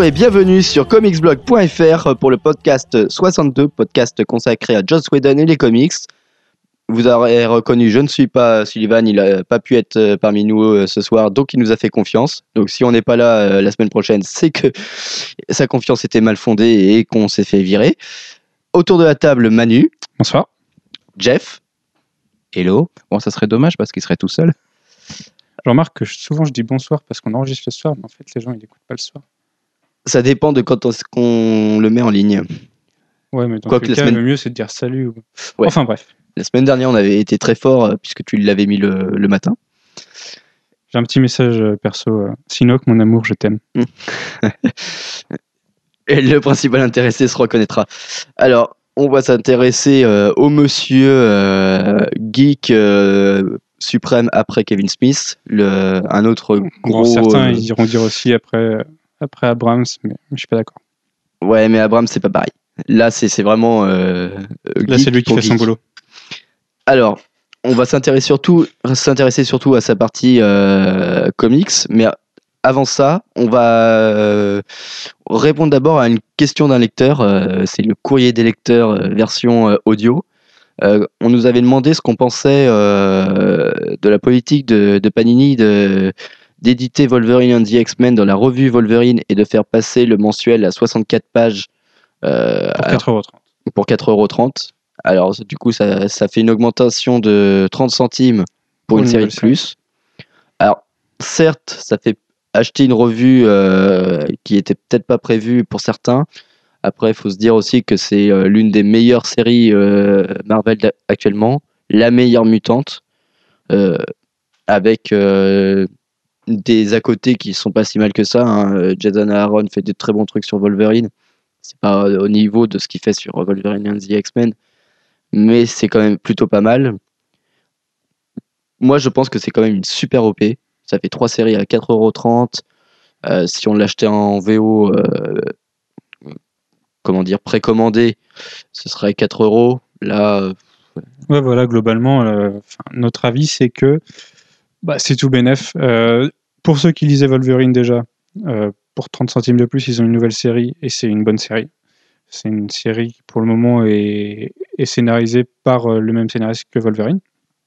et bienvenue sur comicsblog.fr pour le podcast 62, podcast consacré à Joss Whedon et les comics. Vous aurez reconnu, je ne suis pas Sullivan, il n'a pas pu être parmi nous ce soir, donc il nous a fait confiance. Donc si on n'est pas là la semaine prochaine, c'est que sa confiance était mal fondée et qu'on s'est fait virer. Autour de la table, Manu. Bonsoir. Jeff. Hello. Bon, ça serait dommage parce qu'il serait tout seul. Je remarque que souvent je dis bonsoir parce qu'on enregistre le soir, mais en fait les gens ils n'écoutent pas le soir. Ça dépend de quand on le met en ligne. Ouais, mais dans tous les cas, le mieux c'est de dire salut. Ouais. Enfin bref. La semaine dernière, on avait été très fort puisque tu l'avais mis le matin. J'ai un petit message perso. Sinoc, mon amour, je t'aime. Et le principal intéressé se reconnaîtra. Alors, on va s'intéresser au monsieur geek suprême après Kevin Smith, un autre gros... Certains ils iront dire aussi après Abrams, mais je suis pas d'accord. Ouais, mais Abrams, c'est pas pareil. Là, c'est vraiment... Là, c'est lui qui fait son boulot. Alors, on va s'intéresser surtout à sa partie comics, mais avant ça, on va répondre d'abord à une question d'un lecteur. C'est le courrier des lecteurs version audio. On nous avait demandé ce qu'on pensait de la politique de Panini d'éditer Wolverine and the X-Men dans la revue Wolverine et de faire passer le mensuel à 64 pages pour 4,30€. Pour 4,30€. Alors, du coup, ça fait une augmentation de 30 centimes pour une série de plus. Alors, certes, ça fait acheter une revue qui était peut-être pas prévue pour certains. Après, il faut se dire aussi que c'est l'une des meilleures séries Marvel actuellement, la meilleure mutante, avec des à côté qui sont pas si mal que ça. Hein. Jason Aaron fait des très bons trucs sur Wolverine. C'est pas au niveau de ce qu'il fait sur Wolverine and the X-Men, mais c'est quand même plutôt pas mal. Moi, je pense que c'est quand même une super OP. Ça fait 3 séries à 4,30€. Si on l'achetait en VO, précommandé, ce serait 4€. Là, ouais, voilà, globalement, notre avis, c'est que c'est tout bénef. Pour ceux qui lisaient Wolverine déjà, pour 30 centimes de plus, ils ont une nouvelle série, et c'est une bonne série. C'est une série qui, pour le moment, est scénarisée par le même scénariste que Wolverine.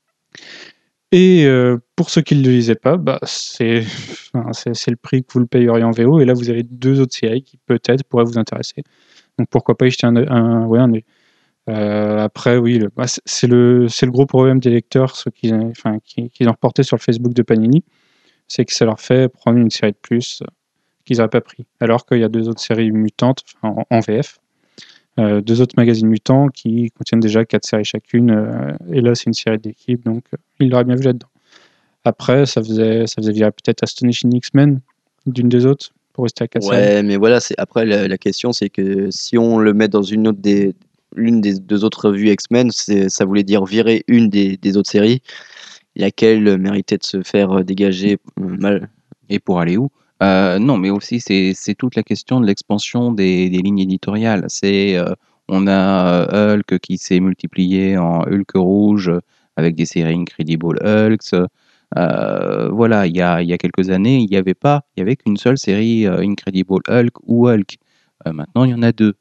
Et pour ceux qui ne le lisaient pas, c'est le prix que vous le payeriez en VO. Et là, vous avez 2 autres séries qui peut-être pourraient vous intéresser. Donc pourquoi pas y jeter un œil. Après, oui, c'est le gros problème des lecteurs, ceux qui ont reporté sur le Facebook de Panini, c'est que ça leur fait prendre une série de plus qu'ils n'auraient pas pris. Alors qu'il y a 2 autres séries mutantes en VF. 2 autres magazines mutants qui contiennent déjà 4 séries chacune, et là c'est une série d'équipe, donc il l'aurait bien vu là-dedans. Après, ça faisait virer peut-être Astonishing X-Men d'une des autres pour rester à 4 séries. Ouais, mais voilà, après la question c'est que si on le met dans l'une des 2 autres revues X-Men, ça voulait dire virer une des autres séries, laquelle méritait de se faire dégager mal. Et pour aller où ? Non, mais aussi c'est toute la question de l'expansion des lignes éditoriales. On a Hulk qui s'est multiplié en Hulk rouge avec des séries Incredible Hulks. Voilà, il y a quelques années, il y avait qu'une seule série Incredible Hulk ou Hulk. Maintenant, il y en a 2.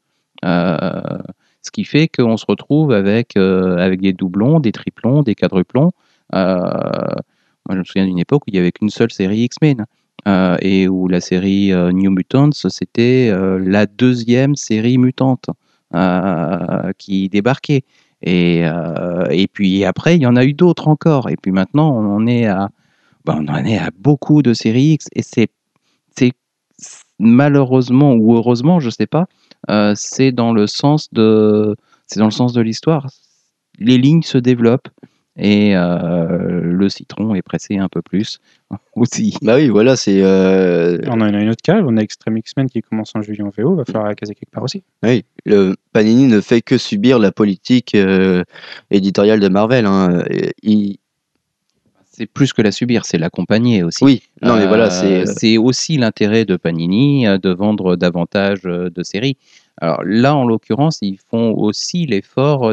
Ce qui fait qu'on se retrouve avec des doublons, des triplons, des quadruplons. Moi, je me souviens d'une époque où il n'y avait qu'une seule série X-Men. Et où la série New Mutants, c'était la 2e série mutante qui débarquait. Et puis après, il y en a eu d'autres encore. Et puis maintenant, on en est à beaucoup de séries X. Et c'est malheureusement ou heureusement, je sais pas, c'est dans le sens de l'histoire. Les lignes se développent. Et le citron est pressé un peu plus aussi. Bah oui, voilà, c'est... On a une autre case, on a Extreme X-Men qui commence en juillet en VO, va falloir la caser quelque part aussi. Oui, le Panini ne fait que subir la politique éditoriale de Marvel. Hein. C'est plus que la subir, c'est l'accompagner aussi. Oui, non mais voilà, c'est aussi l'intérêt de Panini de vendre davantage de séries. Alors là, en l'occurrence, ils font aussi l'effort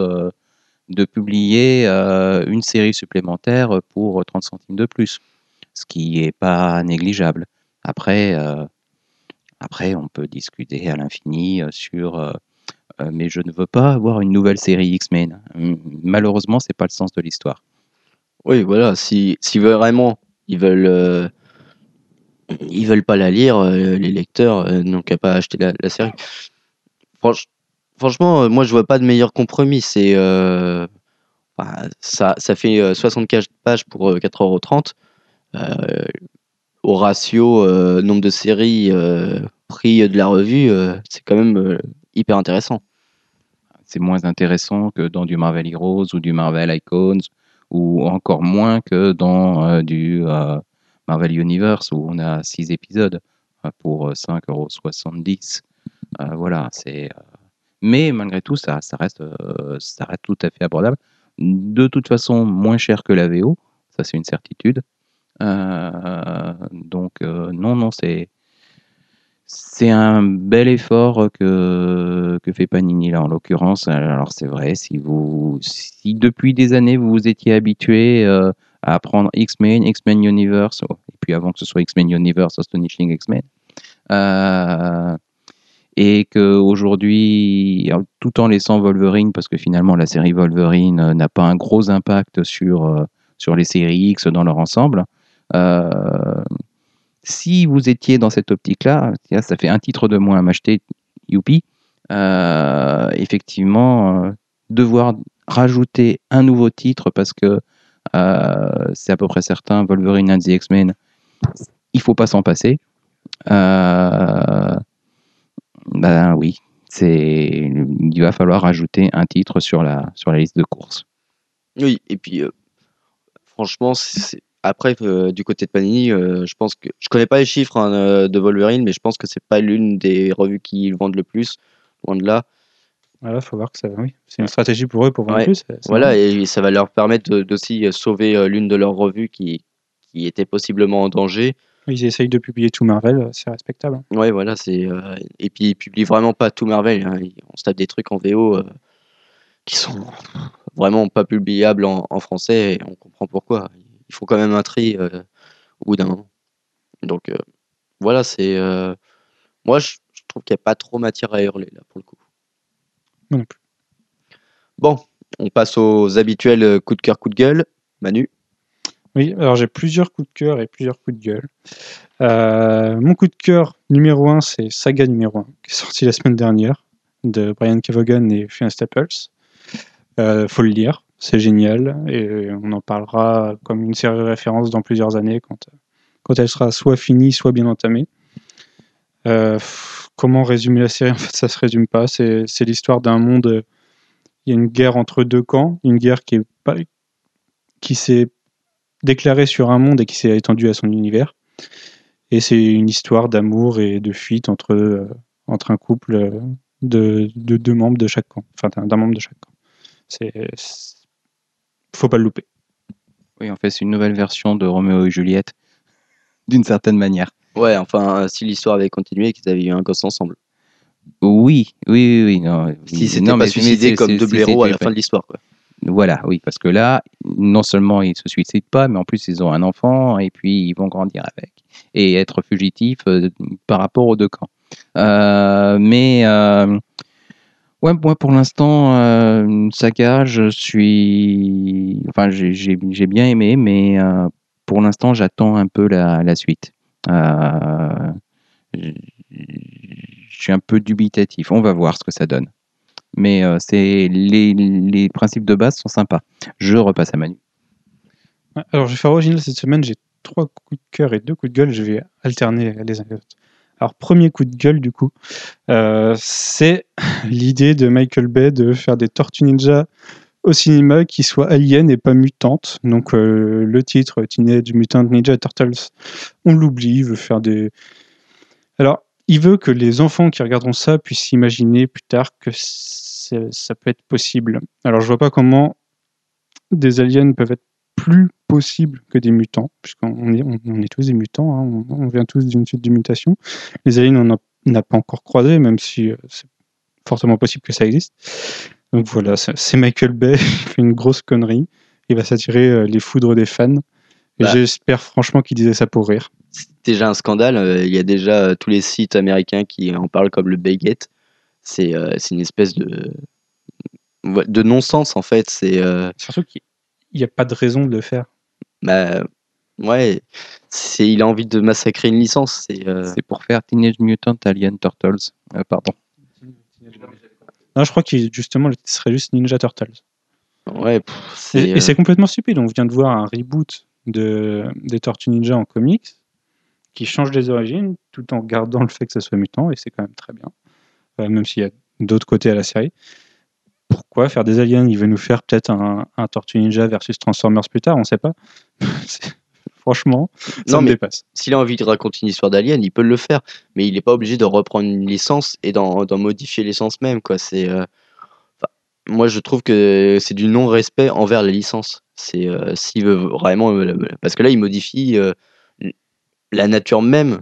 de publier une série supplémentaire pour 30 centimes de plus, ce qui n'est pas négligeable. Après, Après, on peut discuter à l'infini sur mais je ne veux pas avoir une nouvelle série X-Men. Malheureusement, c'est pas le sens de l'histoire. Oui, voilà, si vraiment ils veulent, ils veulent pas la lire, les lecteurs n'ont qu'à pas acheter la série. Franch- Franchement, moi je vois pas de meilleur compromis. Ça fait 64 pages pour 4,30 €. Au ratio nombre de séries, prix de la revue, c'est quand même hyper intéressant. C'est moins intéressant que dans du Marvel Heroes ou du Marvel Icons, ou encore moins que dans du Marvel Universe où on a 6 épisodes pour 5,70 €. Voilà, mais malgré tout, ça reste tout à fait abordable. De toute façon, moins cher que la VO, ça c'est une certitude. Donc, non, c'est un bel effort que fait Panini là en l'occurrence. Alors c'est vrai, si depuis des années vous vous étiez habitué à prendre X-Men, X-Men Universe, et puis avant que ce soit X-Men Universe, Astonishing X-Men, et qu'aujourd'hui, tout en laissant Wolverine, parce que finalement la série Wolverine n'a pas un gros impact sur les séries X dans leur ensemble, si vous étiez dans cette optique-là, ça fait un titre de moins à m'acheter, youpi. Effectivement, devoir rajouter un nouveau titre parce que c'est à peu près certain, Wolverine and the X-Men, il faut pas s'en passer. Ben oui, il va falloir rajouter un titre sur la liste de courses. Oui, et puis franchement, après du côté de Panini, je pense que je connais pas les chiffres de Wolverine, mais je pense que c'est pas l'une des revues qui vendent le plus, loin de là. Voilà, faut voir que oui, c'est une stratégie pour eux pour vendre Ouais, plus. voilà, Normal. et ça va leur permettre d'aussi sauver l'une de leurs revues qui était possiblement en danger. Ils essayent de publier tout Marvel, c'est respectable. Ouais, voilà, et puis ils publient vraiment pas tout Marvel, hein. On se tape des trucs en VO qui sont vraiment pas publiables en français, et on comprend pourquoi. Il faut quand même un tri au bout d'un moment. Donc voilà, moi je trouve qu'il n'y a pas trop matière à hurler là pour le coup. Moi non plus. Bon, on passe aux habituels coups de cœur, coups de gueule. Manu. Oui, alors j'ai plusieurs coups de cœur et plusieurs coups de gueule. Mon coup de cœur numéro 1, c'est Saga numéro 1, qui est sorti la semaine dernière, de Brian Kevogan et Fiona Staples. Faut le lire, c'est génial, et on en parlera comme une série de référence dans plusieurs années, quand elle sera soit finie, soit bien entamée. Comment résumer la série? En fait, ça se résume pas, c'est l'histoire d'un monde... Il y a une guerre entre deux camps, une guerre qui s'est déclarée sur un monde et qui s'est étendue à son univers. Et c'est une histoire d'amour et de fuite entre un couple de deux membres de chaque camp. Enfin, d'un membre de chaque camp. Faut pas le louper. Oui, en fait, c'est une nouvelle version de Roméo et Juliette, d'une certaine manière. Ouais, enfin, si l'histoire avait continué et qu'ils avaient eu un gosse ensemble. Oui. Non, Si c'était pas suicidé comme deux blaireaux à la fin de l'histoire, quoi. Voilà, oui, parce que là, non seulement ils se suicident pas, mais en plus ils ont un enfant et puis ils vont grandir avec et être fugitifs par rapport aux deux camps. Ouais, moi pour l'instant, Saga, j'ai bien aimé, mais pour l'instant j'attends un peu la suite. Je suis un peu dubitatif. On va voir ce que ça donne. Mais les principes de base sont sympas. Je repasse à Manu. Alors, je vais faire original cette semaine. J'ai 3 coups de cœur et 2 coups de gueule. Je vais alterner les uns les autres. Alors, premier coup de gueule, du coup, c'est l'idée de Michael Bay de faire des Tortues Ninja au cinéma qui soient aliens et pas mutantes. Donc, le titre Teenage Mutant Ninja Turtles, on l'oublie. Il veut faire des... Alors, il veut que les enfants qui regarderont ça puissent s'imaginer plus tard que ça peut être possible. Alors, je vois pas comment des aliens peuvent être plus possibles que des mutants, puisqu'on est tous des mutants, hein, on vient tous d'une suite de mutations. Les aliens, on n'a pas encore croisé, même si c'est fortement possible que ça existe. Donc voilà, c'est Michael Bay, il fait une grosse connerie. Il va s'attirer les foudres des fans. Et Bah. j'espère franchement qu'ils disaient ça pour rire. C'est déjà un scandale. Il y a déjà tous les sites américains qui en parlent comme le Baygate. C'est une espèce de non-sens en fait. Surtout qu'il n'y a pas de raison de le faire. Bah, ouais, il a envie de massacrer une licence. C'est pour faire Teenage Mutant Alien Turtles. Pardon. Non, je crois qu'il justement, le titre serait juste Ninja Turtles. Ouais, Et c'est complètement stupide. On vient de voir un reboot des Tortues Ninja en comics qui change les origines tout en gardant le fait que ça soit mutant, et c'est quand même très bien. Même s'il y a d'autres côtés à la série. Pourquoi faire des aliens? Il veut nous faire peut-être un Tortue Ninja versus Transformers plus tard, on sait pas. Franchement, ça me dépasse. S'il a envie de raconter une histoire d'alien, il peut le faire, mais il n'est pas obligé de reprendre une licence et d'en modifier l'essence même, quoi. Moi, je trouve que c'est du non-respect envers la licence. S'il veut vraiment, parce que là, il modifie la nature même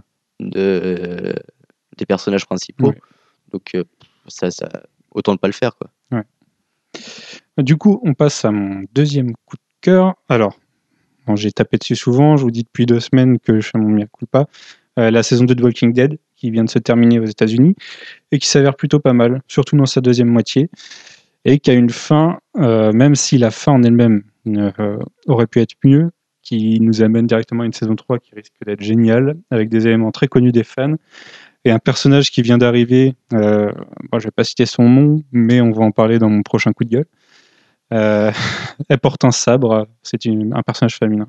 des personnages principaux. Ouais. Donc, ça, autant ne pas le faire, quoi. Ouais. Du coup, on passe à mon deuxième coup de cœur. Alors, bon, j'ai tapé dessus souvent, je vous dis depuis 2 semaines que je fais mon mea culpa. La saison 2 de Walking Dead, qui vient de se terminer aux États-Unis, et qui s'avère plutôt pas mal, surtout dans sa deuxième moitié, et qui a une fin, même si la fin en elle-même aurait pu être mieux, qui nous amène directement à une saison 3 qui risque d'être géniale, avec des éléments très connus des fans, et un personnage qui vient d'arriver, bon, je vais pas citer son nom, mais on va en parler dans mon prochain coup de gueule. Elle porte un sabre, c'est un personnage féminin.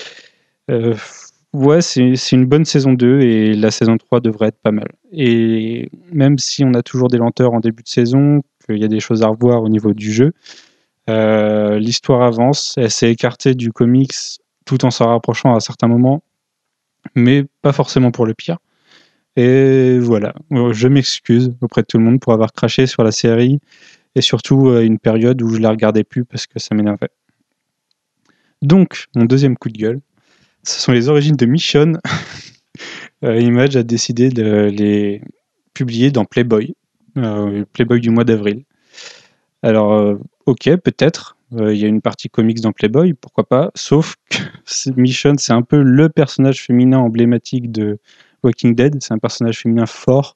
Ouais, c'est une bonne saison 2 et la saison 3 devrait être pas mal. Et même si on a toujours des lenteurs en début de saison, qu'il y a des choses à revoir au niveau du jeu, l'histoire avance, elle s'est écartée du comics tout en s'en rapprochant à certains moments, mais pas forcément pour le pire. Et voilà, je m'excuse auprès de tout le monde pour avoir craché sur la série et surtout une période où je la regardais plus parce que ça m'énervait. Donc, mon deuxième coup de gueule, ce sont les origines de Michonne. Image a décidé de les publier dans Playboy, Playboy du mois d'avril. Alors, ok, peut-être, il y a une partie comics dans Playboy, pourquoi pas, sauf que Michonne, c'est un peu le personnage féminin emblématique de Walking Dead, c'est un personnage féminin fort.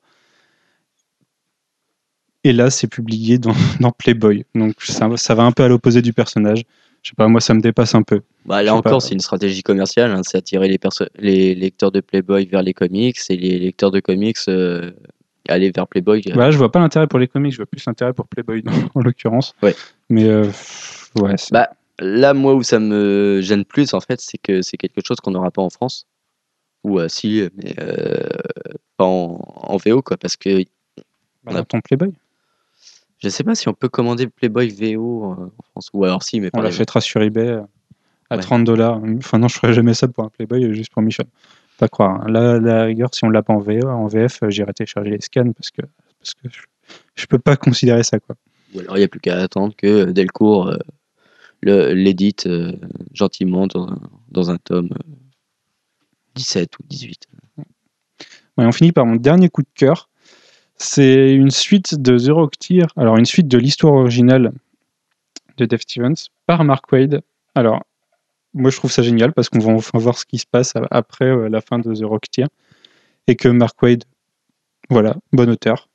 Et là, c'est publié dans Playboy. Donc, ça va un peu à l'opposé du personnage. Je sais pas, moi, ça me dépasse un peu. Bah, là encore, c'est une stratégie commerciale. Hein, c'est attirer les lecteurs de Playboy vers les comics et les lecteurs de comics aller vers Playboy. Bah, je vois pas l'intérêt pour les comics, je vois plus l'intérêt pour Playboy en l'occurrence. Ouais. Mais ouais. Bah, là, moi, où ça me gêne plus, en fait, c'est que c'est quelque chose qu'on n'aura pas en France. Ou si, mais pas en VO, quoi. Parce que. Dans ton Playboy. Je sais pas si on peut commander Playboy VO en France. Ou alors si, mais on l'achètera sur eBay à Ouais. $30. Enfin, non, je ferais jamais ça pour un Playboy, juste pour Michel. Pas croire. Hein. Là, la rigueur, si on l'a pas en VF, j'irai télécharger les scans parce que je peux pas considérer ça, quoi. Ou alors il n'y a plus qu'à attendre que Delcourt l'édite gentiment dans un tome 17 ou 18. Ouais, on finit par mon dernier coup de cœur. C'est une suite de The Rocketeer. Alors, une suite de l'histoire originale de Dave Stevens par Mark Waid. Alors, moi, je trouve ça génial parce qu'on va enfin voir ce qui se passe après la fin de The Rocketeer. Et que Mark Waid, voilà, bon auteur.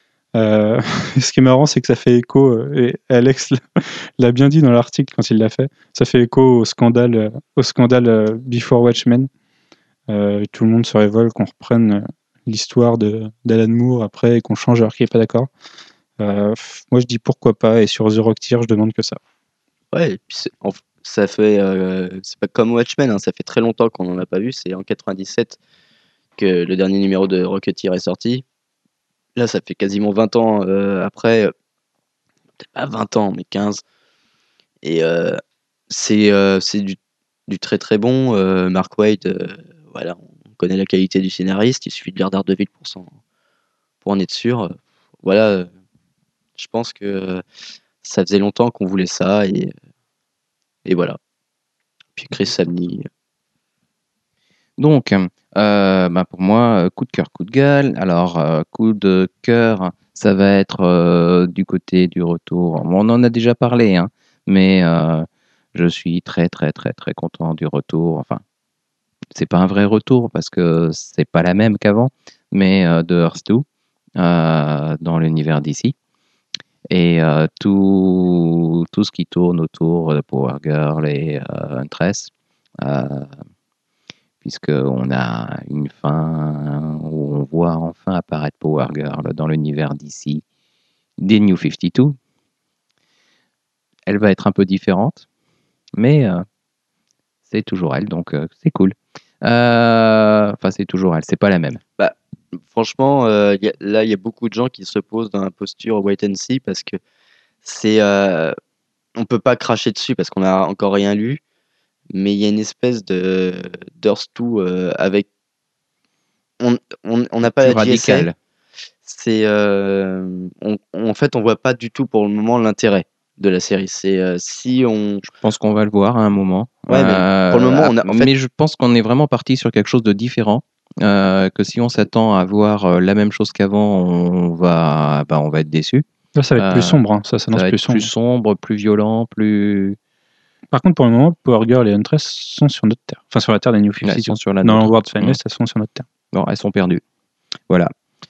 Ce qui est marrant, c'est que ça fait écho, et Alex l'a bien dit dans l'article quand il l'a fait, ça fait écho au scandale Before Watchmen. Tout le monde se révolte qu'on reprenne l'histoire d'Alan Moore après et qu'on change alors qu'il n'est pas d'accord. Moi, je dis pourquoi pas, et sur The Rocketeer, je demande que ça. Ouais, et puis ça fait. C'est pas comme Watchmen, hein, ça fait très longtemps qu'on n'en a pas vu. C'est en 97 que le dernier numéro de Rocketeer est sorti. Là, ça fait quasiment 20 ans après. Peut-être pas 20 ans, mais 15. Et c'est du très très bon. Mark Waid, voilà, on connaît la qualité du scénariste. Il suffit de lire Daredevil pour en être sûr. Voilà, je pense que ça faisait longtemps qu'on voulait ça. Et voilà. Puis Chris Samney. Donc, pour moi, coup de cœur, coup de gueule. Alors, coup de cœur, ça va être du côté du retour. Bon, on en a déjà parlé, hein, mais Je suis très très très très content du retour. Enfin, c'est pas un vrai retour parce que c'est pas la même qu'avant, mais de Earth 2 dans l'univers d'ici. Et tout ce qui tourne autour de Power Girl et Huntress, euh, puisqu'on a une fin où on voit enfin apparaître Power Girl dans l'univers d'ici des New 52. Elle va être un peu différente, mais c'est toujours elle, donc c'est cool. Enfin, c'est toujours elle, c'est pas la même. Bah, franchement, là, il y a beaucoup de gens qui se posent dans la posture wait and see parce que c'est, on peut pas cracher dessus parce qu'on a encore rien lu, mais il y a une espèce de d'Earth 2 avec, on n'a pas Plus la GSA. radical. C'est, en fait, on voit pas du tout pour le moment l'intérêt de la série. C'est si on, Je pense qu'on va le voir à un moment. ouais, mais pour le moment, on a, en fait, Mais je pense qu'on est vraiment parti sur quelque chose de différent. Que si on s'attend à voir la même chose qu'avant, on va être déçu. Là, ça va être plus sombre, hein. Ça Ça s'annonce va plus être sombre. plus sombre, plus violent, plus. Par contre, pour le moment, Power Girl et Huntress sont sur notre terre. Enfin, sur la terre des New Elles 52. sont sur la Dans nôtre. World Finest, elles sont sur notre terre. Bon, elles sont perdues. Voilà.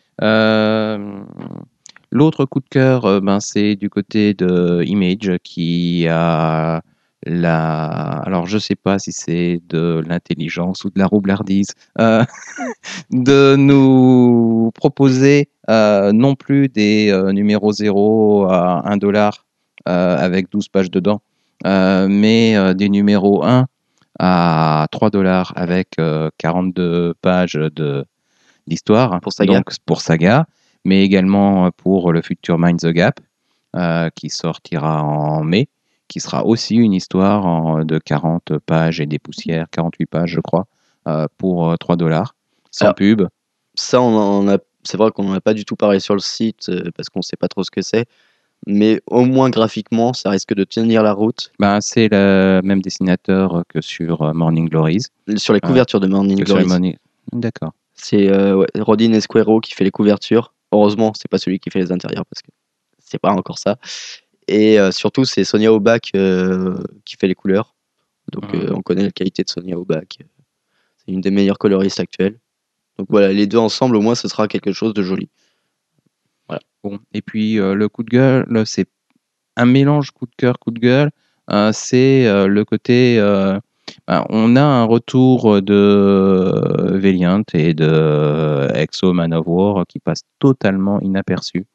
L'autre coup de cœur, c'est du côté de Image qui a alors je sais pas si c'est de l'intelligence ou de la roublardise, de nous proposer non plus des numéros 0 à 1 dollar avec 12 pages dedans, mais des numéros 1 à 3 dollars avec 42 pages d'histoire Pour Saga. Donc pour Saga, mais également pour le futur Mind the Gap qui sortira en mai, qui sera aussi une histoire de 40 pages et des poussières, 48 pages je crois, pour 3 dollars, sans Alors, pub. ça, c'est vrai qu'on n'en a pas du tout parlé sur le site parce qu'on sait pas trop ce que c'est, mais au moins graphiquement, ça risque de tenir la route. C'est le même dessinateur que sur Morning Glories. Sur les couvertures de Morning Que sur les Glories. D'accord. C'est Rodin Esquero qui fait les couvertures. Heureusement, c'est pas celui qui fait les intérieurs parce que c'est pas encore ça. Et surtout, c'est Sonia Aubach qui fait les couleurs. Donc, on connaît la qualité de Sonia Aubach. C'est une des meilleures coloristes actuelles. Donc voilà, les deux ensemble, au moins, ce sera quelque chose de joli. Voilà. Bon. Et puis le coup de gueule, c'est un mélange coup de cœur, coup de gueule. C'est le côté. On a un retour de Valiant et de Exo Man of War qui passe totalement inaperçu.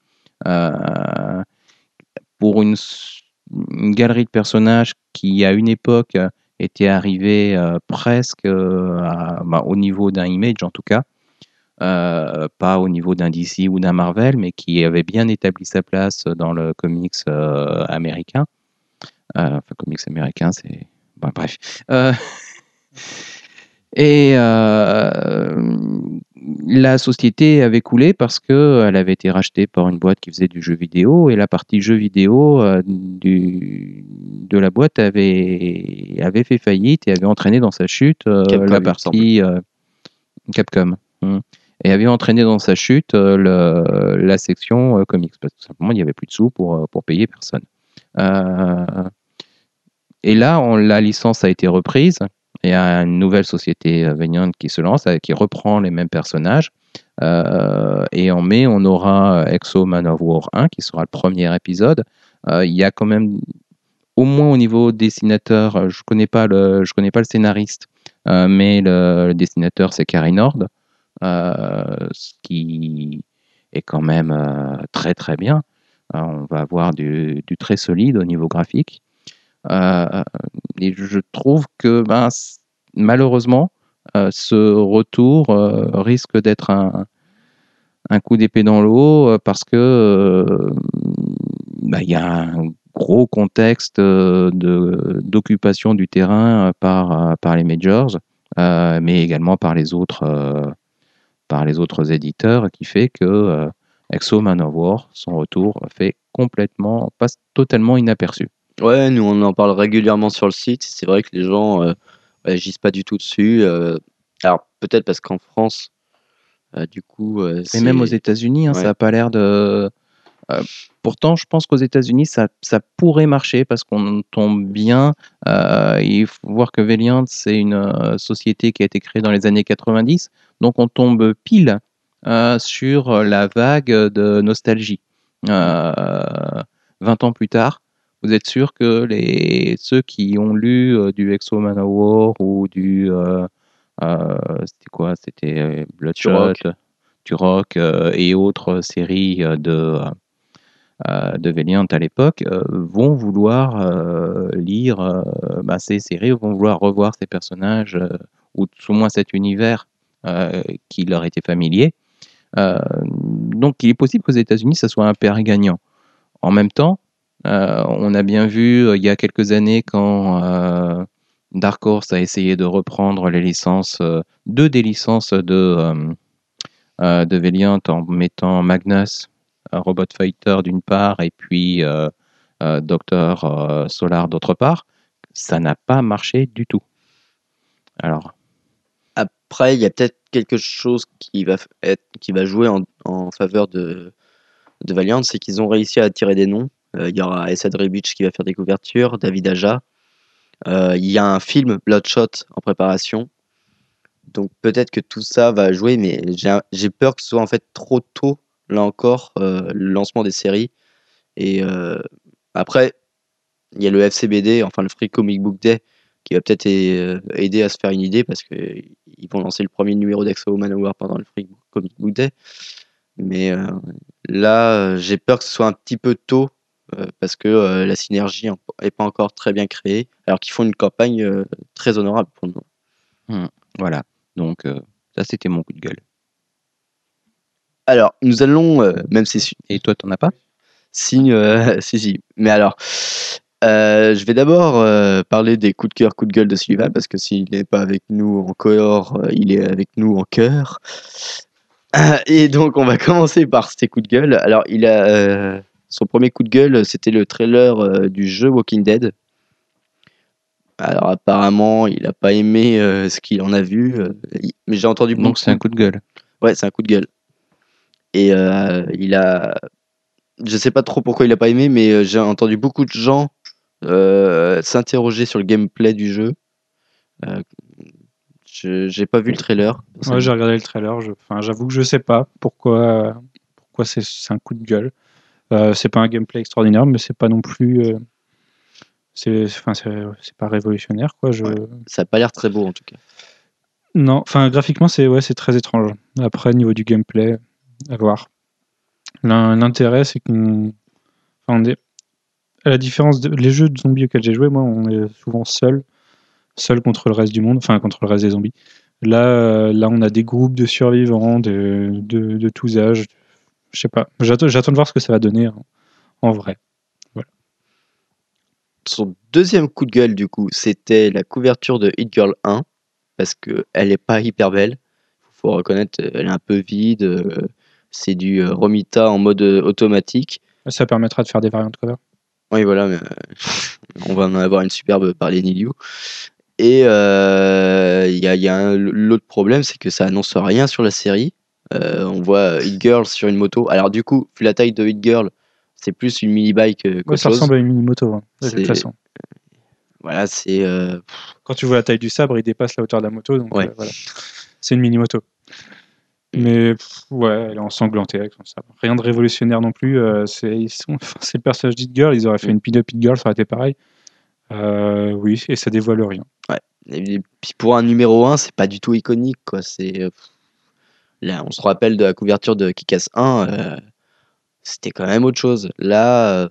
Pour une galerie de personnages qui, à une époque, était arrivée presque au niveau d'un Image, en tout cas. Pas au niveau d'un DC ou d'un Marvel, mais qui avait bien établi sa place dans le comics américain. Enfin, comics américain, c'est. Bref. Et la société avait coulé parce qu'elle avait été rachetée par une boîte qui faisait du jeu vidéo et la partie jeu vidéo de la boîte avait fait faillite et avait entraîné dans sa chute la partie Capcom. Et avait entraîné dans sa chute la section comics parce que tout simplement il n'y avait plus de sous pour payer personne. Et là, la licence a été reprise. Il y a une nouvelle société Valiant qui se lance, qui reprend les mêmes personnages. Et en mai, on aura Exo Man of War 1, qui sera le premier épisode. Il y a quand même, au moins au niveau dessinateur, je connais pas le scénariste, mais le dessinateur, c'est Cary Nord, ce qui est quand même très très bien. On va avoir du très solide au niveau graphique. Et je trouve que malheureusement, ce retour risque d'être un coup d'épée dans l'eau parce que il y a un gros contexte d'occupation du terrain par les majors, mais également par les autres éditeurs, qui fait que Exo Man of War, son retour, passe totalement inaperçu. Ouais, nous on en parle régulièrement sur le site. C'est vrai que les gens agissent pas du tout dessus. Alors peut-être parce qu'en France, du coup, Et même aux États-Unis, ça n'a pas l'air de. Pourtant, je pense qu'aux États-Unis, ça pourrait marcher parce qu'on tombe bien. Il faut voir que Valiant, c'est une société qui a été créée dans les années 90. Donc, on tombe pile sur la vague de nostalgie. 20 ans plus tard, vous êtes sûr que ceux qui ont lu du Exo Manowar ou c'était quoi? C'était Bloodshot, Turok et autres séries de Valiant à l'époque vont vouloir lire ces séries, vont vouloir revoir ces personnages ou au moins cet univers qui leur était familier. Donc il est possible qu'aux États-Unis ça soit un pari gagnant. En même temps, on a bien vu il y a quelques années quand Dark Horse a essayé de reprendre les licences, deux des licences de Valiant en mettant Magnus, Robot Fighter d'une part, et puis Dr Solar d'autre part, ça n'a pas marché du tout. Alors, après, il y a peut-être quelque chose qui va jouer en faveur de Valiant, c'est qu'ils ont réussi à attirer des noms. Il y aura Essad Ribic qui va faire des couvertures, David Aja. Il y a un film Bloodshot en préparation. Donc peut-être que tout ça va jouer, mais j'ai peur que ce soit en fait trop tôt, là encore, le lancement des séries. Et après, il y a le FCBD, enfin le Free Comic Book Day, qui va peut-être aider à se faire une idée, parce qu'ils vont lancer le premier numéro d'Exo Manowar pendant le Free Comic Book Day. Mais là, j'ai peur que ce soit un petit peu tôt, parce que la synergie n'est pas encore très bien créée, alors qu'ils font une campagne très honorable pour nous. Voilà. Donc, ça, c'était mon coup de gueule. Alors, nous allons, même si... Et toi, t'en as pas ? Si. Mais alors, je vais d'abord parler des coups de cœur, coups de gueule de Sullivan, parce que s'il n'est pas avec nous en cohort, il est avec nous en cœur. Et donc, on va commencer par ces coups de gueule. Alors, il a son premier coup de gueule, c'était le trailer du jeu Walking Dead. Alors, apparemment, il n'a pas aimé ce qu'il en a vu, mais j'ai entendu beaucoup. Donc, c'est un coup de gueule. Ouais, c'est un coup de gueule. Et il a... Je sais pas trop pourquoi il a pas aimé, mais j'ai entendu beaucoup de gens s'interroger sur le gameplay du jeu. J'ai pas vu le trailer. Ouais, j'ai regardé le trailer. J'avoue que je sais pas pourquoi c'est un coup de gueule. C'est pas un gameplay extraordinaire, mais c'est pas non plus. C'est pas révolutionnaire, quoi. Ouais, ça a pas l'air très beau en tout cas. Non, enfin graphiquement c'est très étrange. Après niveau du gameplay, à voir. L'intérêt c'est qu'on à la différence les jeux de zombies auxquels j'ai joué, moi on est souvent seul contre le reste du monde, enfin contre le reste des zombies. Là on a des groupes de survivants de tous âges. Je sais pas. J'attends de voir ce que ça va donner en vrai. Voilà. Son deuxième coup de gueule du coup, c'était la couverture de Hit Girl 1 parce que elle est pas hyper belle. Faut reconnaître, elle est un peu vide. C'est du Romita en mode automatique. Ça permettra de faire des variantes cover. Oui, voilà, mais on va en avoir une superbe par les Niliu. Et l'autre problème, c'est que ça annonce rien sur la série. On voit Hit Girl sur une moto. Alors du coup, vu la taille de Hit Girl, c'est plus une mini-bike qu'autre chose. Ça ressemble à une mini-moto, de toute façon. Voilà, c'est... Quand tu vois la taille du sabre, il dépasse la hauteur de la moto, donc ouais. Voilà. C'est une mini-moto. Mais ouais, elle est ensanglantée avec son sabre. Rien de révolutionnaire non plus. C'est le personnage d'Hit Girl, ils auraient fait une pin-up Hit Girl, ça aurait été pareil. Oui, et ça dévoile rien. Ouais. Et puis pour un numéro 1, c'est pas du tout iconique, quoi. C'est... Là, on se rappelle de la couverture de Kick-Ass 1, c'était quand même autre chose. Là,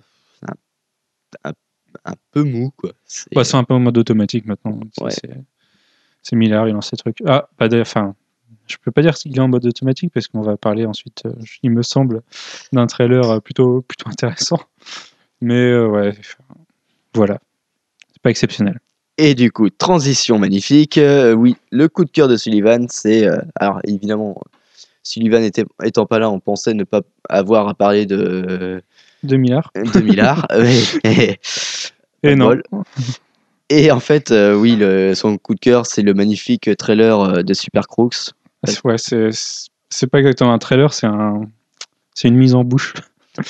un peu mou, quoi. C'est un peu en mode automatique maintenant. Ouais. C'est Miller, il lance ces trucs. Je peux pas dire qu'il est en mode automatique parce qu'on va parler ensuite, il me semble, d'un trailer plutôt intéressant. Mais ouais, voilà. C'est pas exceptionnel. Et du coup, transition magnifique. Oui, le coup de cœur de Sullivan, c'est... alors évidemment, Sullivan étant pas là, on pensait ne pas avoir à parler de Millard. De Millard. Et non. Et en fait, oui, son coup de cœur, c'est le magnifique trailer de Super Crooks. Ouais, c'est pas exactement un trailer, c'est une mise en bouche.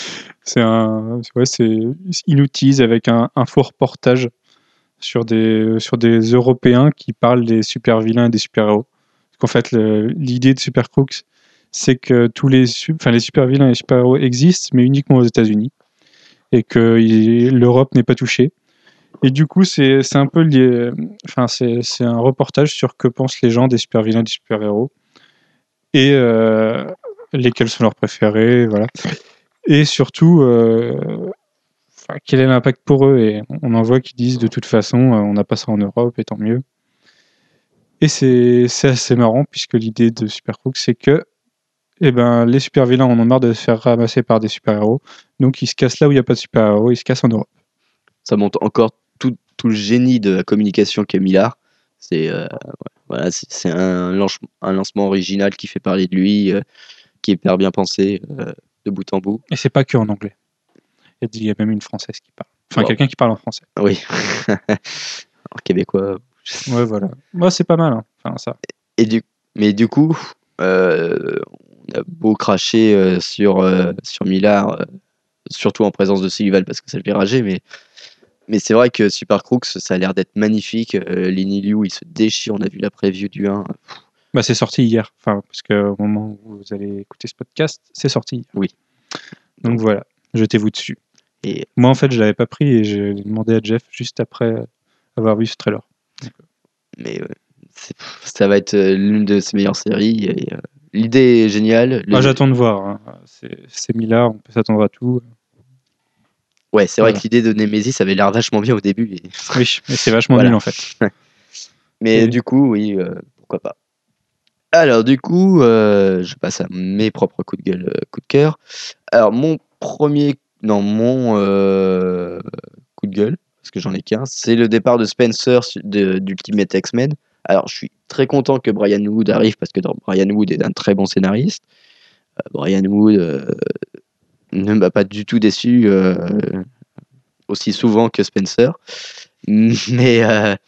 Ils utilisent avec un faux reportage sur des Européens qui parlent des super vilains et des super héros. Parce qu'en fait, l'idée de Super Crooks, c'est que les super vilains et les super héros existent, mais uniquement aux États-Unis, et que l'Europe n'est pas touchée. Et du coup, c'est un peu lié. Enfin, c'est un reportage sur que pensent les gens des super vilains et des super héros et lesquels sont leurs préférés, voilà. Et surtout, quel est l'impact pour eux. Et on en voit qui disent de toute façon, on n'a pas ça en Europe, et tant mieux. Et c'est assez marrant, puisque l'idée de Super Crooks, c'est que les super vilains en ont marre de se faire ramasser par des super héros, donc ils se cassent là où il n'y a pas de super héros, ils se cassent en Europe. Ça montre encore tout le génie de la communication qu'est Millard. C'est voilà, c'est un lancement original qui fait parler de lui, qui est hyper bien pensé de bout en bout. Et c'est pas que en anglais. Il y a même une française qui parle. Enfin, Wow. quelqu'un qui parle en français. Oui. En québécois. Ouais, voilà. Moi, c'est pas mal. Hein. Enfin, ça. Mais du coup, on a beau cracher sur Millard, surtout en présence de Sullivan parce que ça le fait rager, mais c'est vrai que Super Crooks, ça a l'air d'être magnifique. Lenny Liu, il se déchire. On a vu la preview du 1. C'est sorti hier. Enfin, parce qu'au moment où vous allez écouter ce podcast, c'est sorti hier. Oui. Donc voilà, jetez-vous dessus. Et moi, en fait, je l'avais pas pris et j'ai demandé à Jeff juste après avoir vu ce trailer. Mais ça va être l'une de ses meilleures séries. Et, l'idée est géniale. J'attends de voir. Hein. C'est Millard, on peut s'attendre à tout. Ouais, c'est vrai que l'idée de Nemesis avait l'air vachement bien au début. Oui, mais c'est vachement nul en fait. Mais du coup, oui, pourquoi pas. Alors du coup, je passe à mes propres coups de gueule, coups de cœur. Alors mon coup de gueule, parce que j'en ai qu'un, c'est le départ de Spencer d'Ultimate X-Men. Alors je suis très content que Brian Wood arrive, parce que Brian Wood est un très bon scénariste. Brian Wood ne m'a pas du tout déçu aussi souvent que Spencer. Mais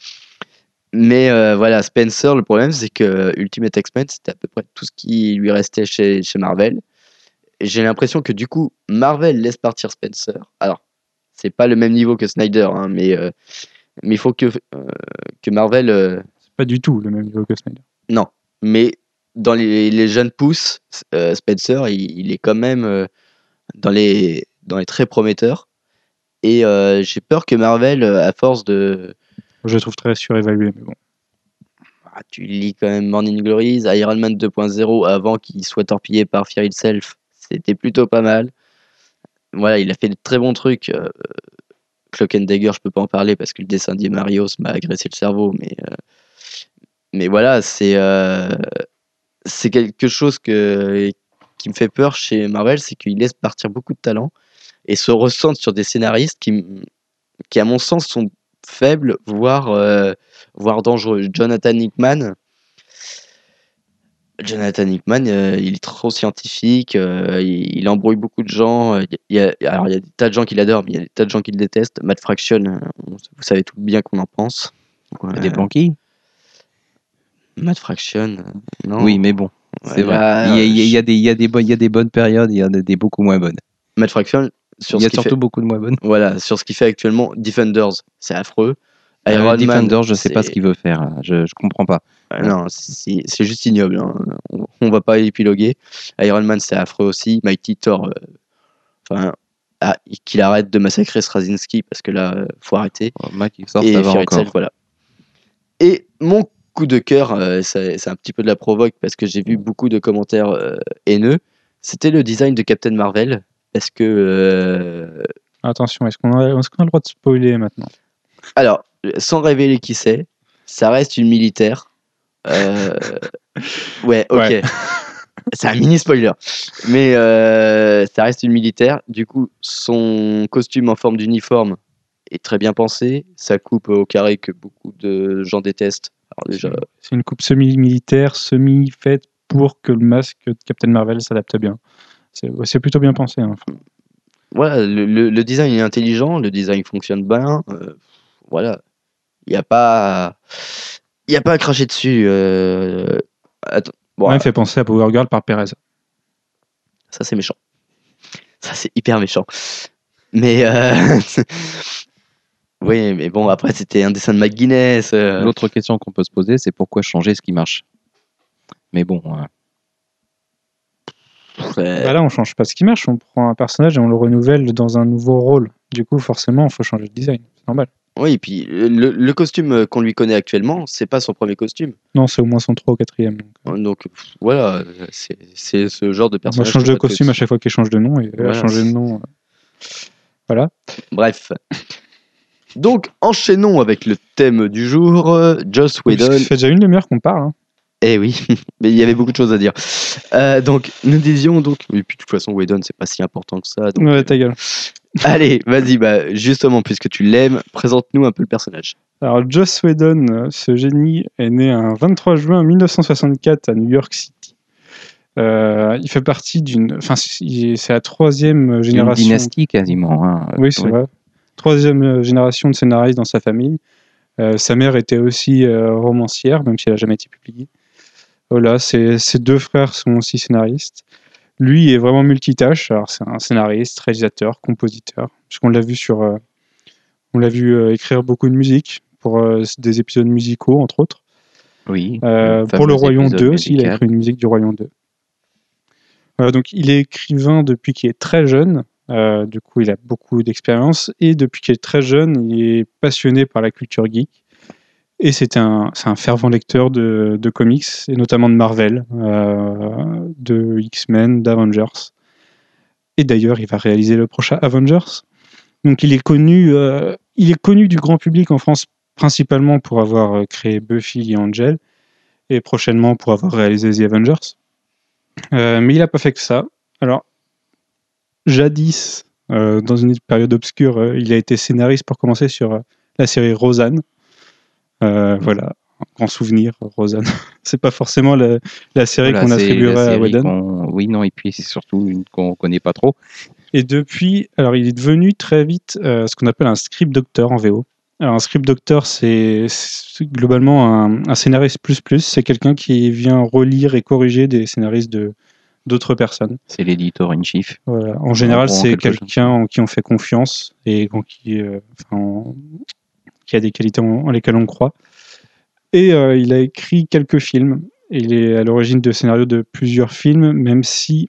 voilà, Spencer, le problème, c'est que Ultimate X-Men, c'était à peu près tout ce qui lui restait chez Marvel. Et j'ai l'impression que du coup, Marvel laisse partir Spencer. Alors, c'est pas le même niveau que Snyder, hein, mais il faut que Marvel... C'est pas du tout le même niveau que Snyder. Non, mais dans les jeunes pousses, Spencer, il est quand même dans les très prometteurs. Et j'ai peur que Marvel, à force de... Je le trouve très surévalué, mais bon. Tu lis quand même Morning Glories, Iron Man 2.0 avant qu'il soit torpillé par Fear Itself, c'était plutôt pas mal. Voilà, il a fait de très bons trucs. Cloak and Dagger, je peux pas en parler parce que le dessin d'I Marios m'a agressé le cerveau, mais voilà, c'est quelque chose qui me fait peur chez Marvel, c'est qu'il laisse partir beaucoup de talent et se recentre sur des scénaristes qui à mon sens sont faibles, voire dangereux. Jonathan Hickman, il est trop scientifique, il embrouille beaucoup de gens. Il y a des tas de gens qui l'adorent, mais il y a des tas de gens qui le détestent. Matt Fraction, vous savez tout bien qu'on en pense. Des Blanquilles. Matt Fraction, non. Oui, mais bon, c'est vrai. Il y a des bonnes périodes, il y a des beaucoup moins bonnes. Matt Fraction, il y a surtout beaucoup de moins bonnes. Voilà, sur ce qu'il fait actuellement, Defenders, c'est affreux. Iron Defenders, je sais pas ce qu'il veut faire. Je comprends pas. Non, c'est juste ignoble. Hein. On va pas épiloguer. Iron Man, c'est affreux aussi. Mighty Thor, qu'il arrête de massacrer Straczynski parce que là, faut arrêter. Mighty Thor, ça va encore. Voilà. Et mon coup de cœur, c'est un petit peu de la provoque parce que j'ai vu beaucoup de commentaires haineux. C'était le design de Captain Marvel parce que. Attention, est-ce qu'on a le droit de spoiler maintenant ? Alors, sans révéler qui c'est, ça reste une militaire. Ouais, ok. Ouais. C'est un mini spoiler. Mais ça reste une militaire. Du coup, son costume en forme d'uniforme est très bien pensé. Sa coupe au carré que beaucoup de gens détestent. Alors déjà... C'est une coupe semi-militaire, semi-faite pour que le masque de Captain Marvel s'adapte bien. C'est plutôt bien pensé. Hein. Voilà, le design est intelligent, le design fonctionne bien. Voilà. Il n'y a pas à cracher dessus. Attends. Bon, il fait penser à Power Girl par Perez. Ça, c'est méchant. Ça, c'est hyper méchant. Mais oui, mais bon, après, c'était un dessin de McGuinness. L'autre question qu'on peut se poser, c'est pourquoi changer ce qui marche. Mais bon, Bah là, on change pas ce qui marche, on prend un personnage et on le renouvelle dans un nouveau rôle. Du coup, forcément, il faut changer de design. C'est normal. Oui, et puis le costume qu'on lui connaît actuellement, c'est pas son premier costume. Non, c'est au moins son 3 ou 4e. Donc voilà, c'est ce genre de On personnage. change de costume à chaque fois qu'il change de nom et Voilà. changer de nom. Voilà. Bref. Donc, enchaînons avec le thème du jour. Joss Parce que Whedon. ça fait déjà une demi-heure qu'on parle. Hein. Eh oui, mais il y avait beaucoup de choses à dire. Donc, nous disions donc. Et puis, de toute façon, Whedon, c'est pas si important que ça. Donc, Ouais, ta gueule. allez, vas-y, bah, justement, puisque tu l'aimes, présente-nous un peu le personnage. Alors, Joss Whedon, ce génie, est né un 23 juin 1964 à New York City. Il fait partie d'une. Enfin, c'est la troisième une génération. dynastie quasiment. Hein. Oui, c'est vrai. Troisième génération de scénaristes dans sa famille. Sa mère était aussi romancière, même si elle n'a jamais été publiée. Voilà, ses deux frères sont aussi scénaristes. Lui est vraiment multitâche. Alors, c'est un scénariste, réalisateur, compositeur. Puisqu'on l'a vu on l'a vu écrire beaucoup de musique pour des épisodes musicaux, entre autres. Oui. Pour le Royaume 2 aussi, il a écrit une musique du Royaume 2. Donc, il est écrivain depuis qu'il est très jeune. Du coup, il a beaucoup d'expérience. Et depuis qu'il est très jeune, il est passionné par la culture geek. Et c'est un fervent lecteur de comics, et notamment de Marvel, de X-Men, d'Avengers. Et d'ailleurs, il va réaliser le prochain Avengers. Donc, il est connu du grand public en France, principalement pour avoir créé Buffy et Angel, et prochainement pour avoir réalisé The Avengers. Mais il n'a pas fait que ça. Alors, jadis, dans une période obscure, il a été scénariste pour commencer sur la série Roseanne. Voilà, un grand souvenir, Roseanne. C'est pas forcément la série qu'on attribuerait à Whedon. Oui, non, et puis c'est surtout une qu'on connaît pas trop. Et depuis, alors il est devenu très vite ce qu'on appelle un script doctor en VO. Alors un script doctor, c'est globalement un scénariste plus. C'est quelqu'un qui vient relire et corriger des scénaristes d'autres personnes. C'est l'éditeur in chief. Voilà. En général, c'est quelqu'un en qui on fait confiance et qui a des qualités en lesquelles on croit. Et il a écrit quelques films. Il est à l'origine de scénarios de plusieurs films, même si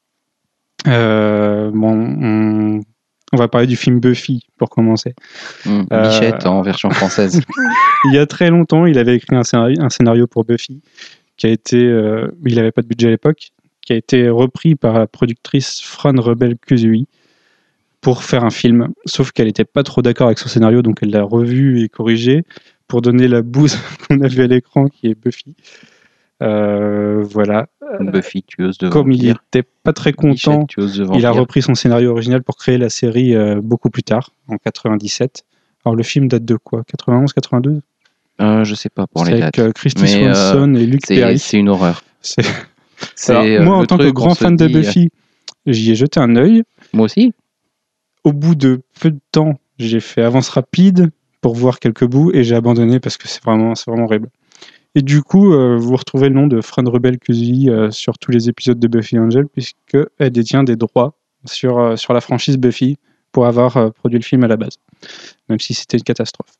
on va parler du film Buffy pour commencer. Bichette en version française. Il y a très longtemps, il avait écrit un scénario pour Buffy qui a été, il n'avait pas de budget à l'époque, qui a été repris par la productrice Fran Rebel-Kuzui pour faire un film, sauf qu'elle n'était pas trop d'accord avec son scénario, donc elle l'a revu et corrigé pour donner la bouse qu'on a vue à l'écran, qui est Buffy. Voilà. Buffy, tueuse de Comme vampires. il n'était pas très content, il a repris son scénario original pour créer la série beaucoup plus tard, en 97. Alors le film date de quoi ? 91, 92 ? Je sais pas pour les dates. Avec Christy Swanson et Luke Perry. C'est une horreur. Alors, moi, en tant que grand fan de Buffy, j'y ai jeté un œil. Moi aussi. Au bout de peu de temps, j'ai fait avance rapide pour voir quelques bouts et j'ai abandonné parce que c'est vraiment horrible. Et du coup, vous retrouvez le nom de Fran Rebel-Kuzui sur tous les épisodes de Buffy Angel, puisqu'elle détient des droits sur la franchise Buffy pour avoir produit le film à la base, même si c'était une catastrophe.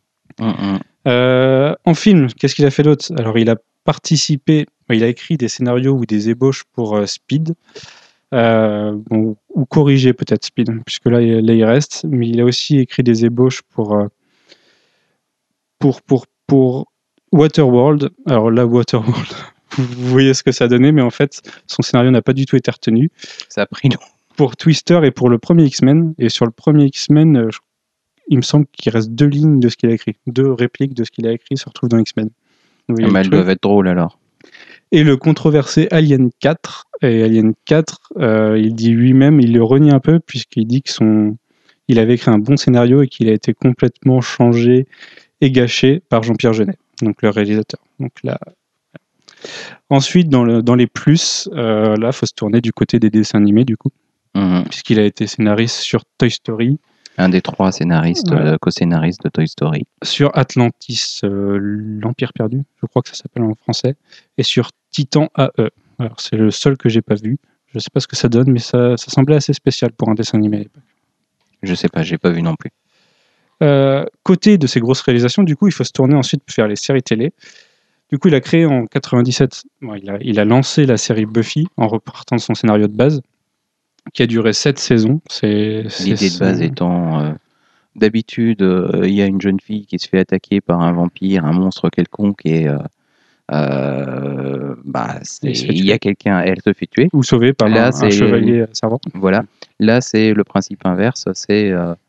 En film, qu'est-ce qu'il a fait d'autre ? Alors, il a participé, il a écrit des scénarios ou des ébauches pour Speed, ou corrigé peut-être Speed, puisque là il reste, mais il a aussi écrit des ébauches pour Waterworld. Alors là, Waterworld, vous voyez ce que ça a donné, mais en fait, son scénario n'a pas du tout été retenu. Ça a pris long. Pour Twister et pour le premier X-Men, et sur le premier X-Men, il me semble qu'il reste 2 lignes de ce qu'il a écrit, 2 répliques de ce qu'il a écrit se retrouvent dans X-Men. Mais elles doivent être drôles alors. Et le controversé Alien 4, il dit lui-même, il le renie un peu, puisqu'il dit il avait écrit un bon scénario et qu'il a été complètement changé et gâché par Jean-Pierre Jeunet, donc le réalisateur. Donc là, ensuite, dans les plus, là, il faut se tourner du côté des dessins animés, du coup, puisqu'il a été scénariste sur Toy Story. Un des 3 scénaristes, co-scénaristes de Toy Story. Sur Atlantis, l'Empire perdu, je crois que ça s'appelle en français, et sur Titan AE. Alors, c'est le seul que j'ai pas vu. Je sais pas ce que ça donne, mais ça semblait assez spécial pour un dessin animé à l'époque. Je sais pas, j'ai pas vu non plus. Côté de ces grosses réalisations, du coup, il faut se tourner ensuite pour faire les séries télé. Du coup, il a créé en 97, il a lancé la série Buffy en repartant de son scénario de base, qui a duré 7 saisons. L'idée de base étant, d'habitude, il y a une jeune fille qui se fait attaquer par un vampire, un monstre quelconque, et il y a quelqu'un, elle se fait tuer. Ou sauvé par un chevalier servant. Voilà. Là, c'est le principe inverse, c'est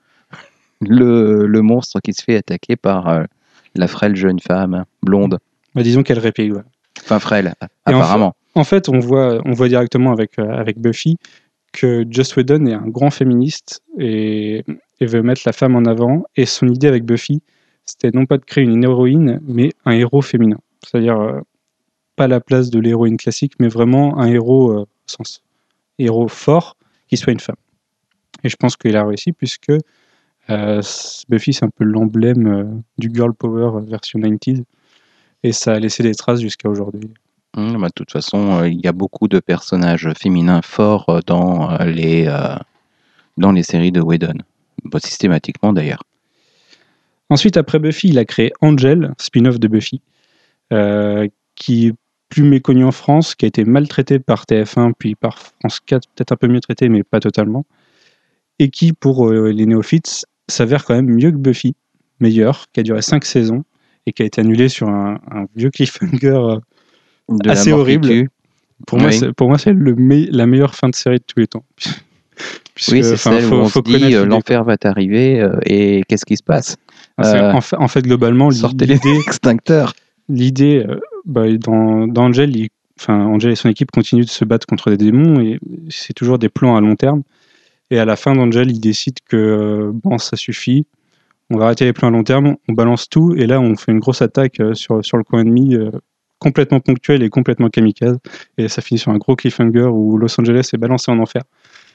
le monstre qui se fait attaquer par la frêle jeune femme blonde. Disons qu'elle réplique. Ouais. Enfin, frêle, apparemment. En fait, on voit directement avec Buffy que Joss Whedon est un grand féministe et veut mettre la femme en avant. Et son idée avec Buffy, c'était non pas de créer une héroïne, mais un héros féminin. C'est-à-dire pas la place de l'héroïne classique, mais vraiment un héros au sens héros fort qui soit une femme. Et je pense qu'il a réussi puisque Buffy, c'est un peu l'emblème du girl power version 90s. Et ça a laissé des traces jusqu'à aujourd'hui. De toute façon, il y a beaucoup de personnages féminins forts dans les séries de Whedon. Systématiquement d'ailleurs. Ensuite, après Buffy, il a créé Angel, spin-off de Buffy, qui est plus méconnu en France, qui a été maltraité par TF1, puis par France 4, peut-être un peu mieux traité, mais pas totalement. Et qui, pour les néophytes, s'avère quand même mieux que Buffy, meilleur, qui a duré 5 saisons, et qui a été annulé sur un vieux cliffhanger assez horrible. Pour moi, c'est la meilleure fin de série de tous les temps. Puisque, c'est celle où on se dit l'enfer va t'arriver et qu'est-ce qui se passe. En fait, globalement, sortez les extincteurs. L'idée, dans Angel, Angel et son équipe continuent de se battre contre des démons et c'est toujours des plans à long terme. Et à la fin d'Angel, ils décident que ça suffit. On va arrêter les plans à long terme, on balance tout, et là on fait une grosse attaque sur le camp ennemi, complètement ponctuelle et complètement kamikaze, et ça finit sur un gros cliffhanger où Los Angeles est balancé en enfer.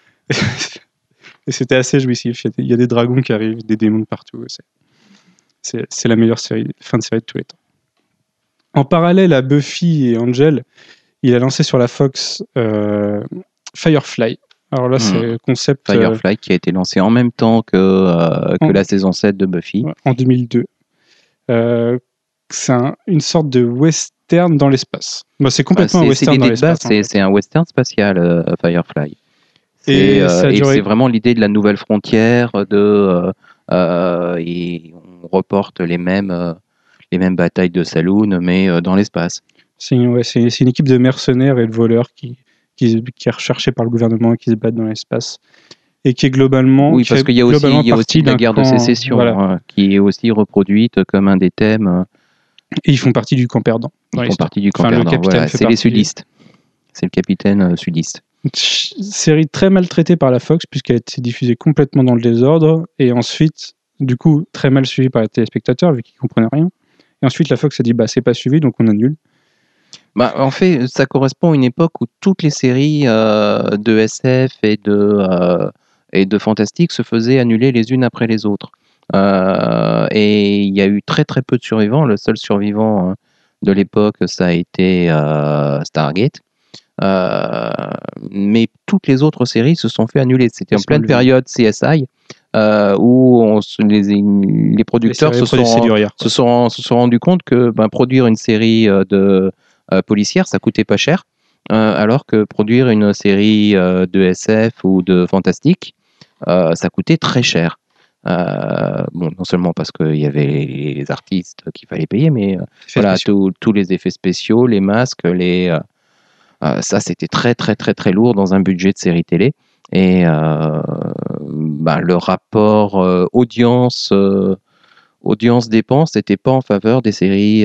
Et c'était assez jouissif, il y a des dragons qui arrivent, des démons de partout, c'est la meilleure fin de série de tous les temps. En parallèle à Buffy et Angel, il a lancé sur la Fox Firefly. Alors là, c'est le concept... Firefly qui a été lancé en même temps que la saison 7 de Buffy. En 2002. C'est une sorte de western dans l'espace. C'est complètement un western dans l'espace. C'est un western spatial, Firefly. Et c'est vraiment l'idée de la nouvelle frontière, et on reporte les mêmes batailles de saloon, mais dans l'espace. C'est une équipe de mercenaires et de voleurs qui est recherché par le gouvernement, qui se battent dans l'espace, et qui est globalement... Oui, parce qu'il y a aussi la guerre de sécession, voilà. Qui est aussi reproduite comme un des thèmes. Et ils font partie du camp perdant. Ils font partie du camp perdant, voilà. C'est les sudistes. C'est le capitaine sudiste. Série très maltraitée par la Fox, puisqu'elle a été diffusée complètement dans le désordre, et ensuite, du coup, très mal suivie par les téléspectateurs, vu qu'ils ne comprenaient rien. Et ensuite, la Fox a dit, c'est pas suivi, donc on annule. En fait, ça correspond à une époque où toutes les séries de SF et de fantastique se faisaient annuler les unes après les autres. Et il y a eu très très peu de survivants. Le seul survivant de l'époque, ça a été Stargate. Mais toutes les autres séries se sont fait annuler. C'était en pleine période CSI. Où les producteurs se sont rendus compte que produire une série de policière, ça coûtait pas cher, alors que produire une série de SF ou de fantastique, ça coûtait très cher. Non seulement parce qu'il y avait les artistes qu'il fallait payer, mais tous les effets spéciaux, les masques, ça c'était très très très très lourd dans un budget de série télé. Et le rapport audience-dépense n'était pas en faveur des séries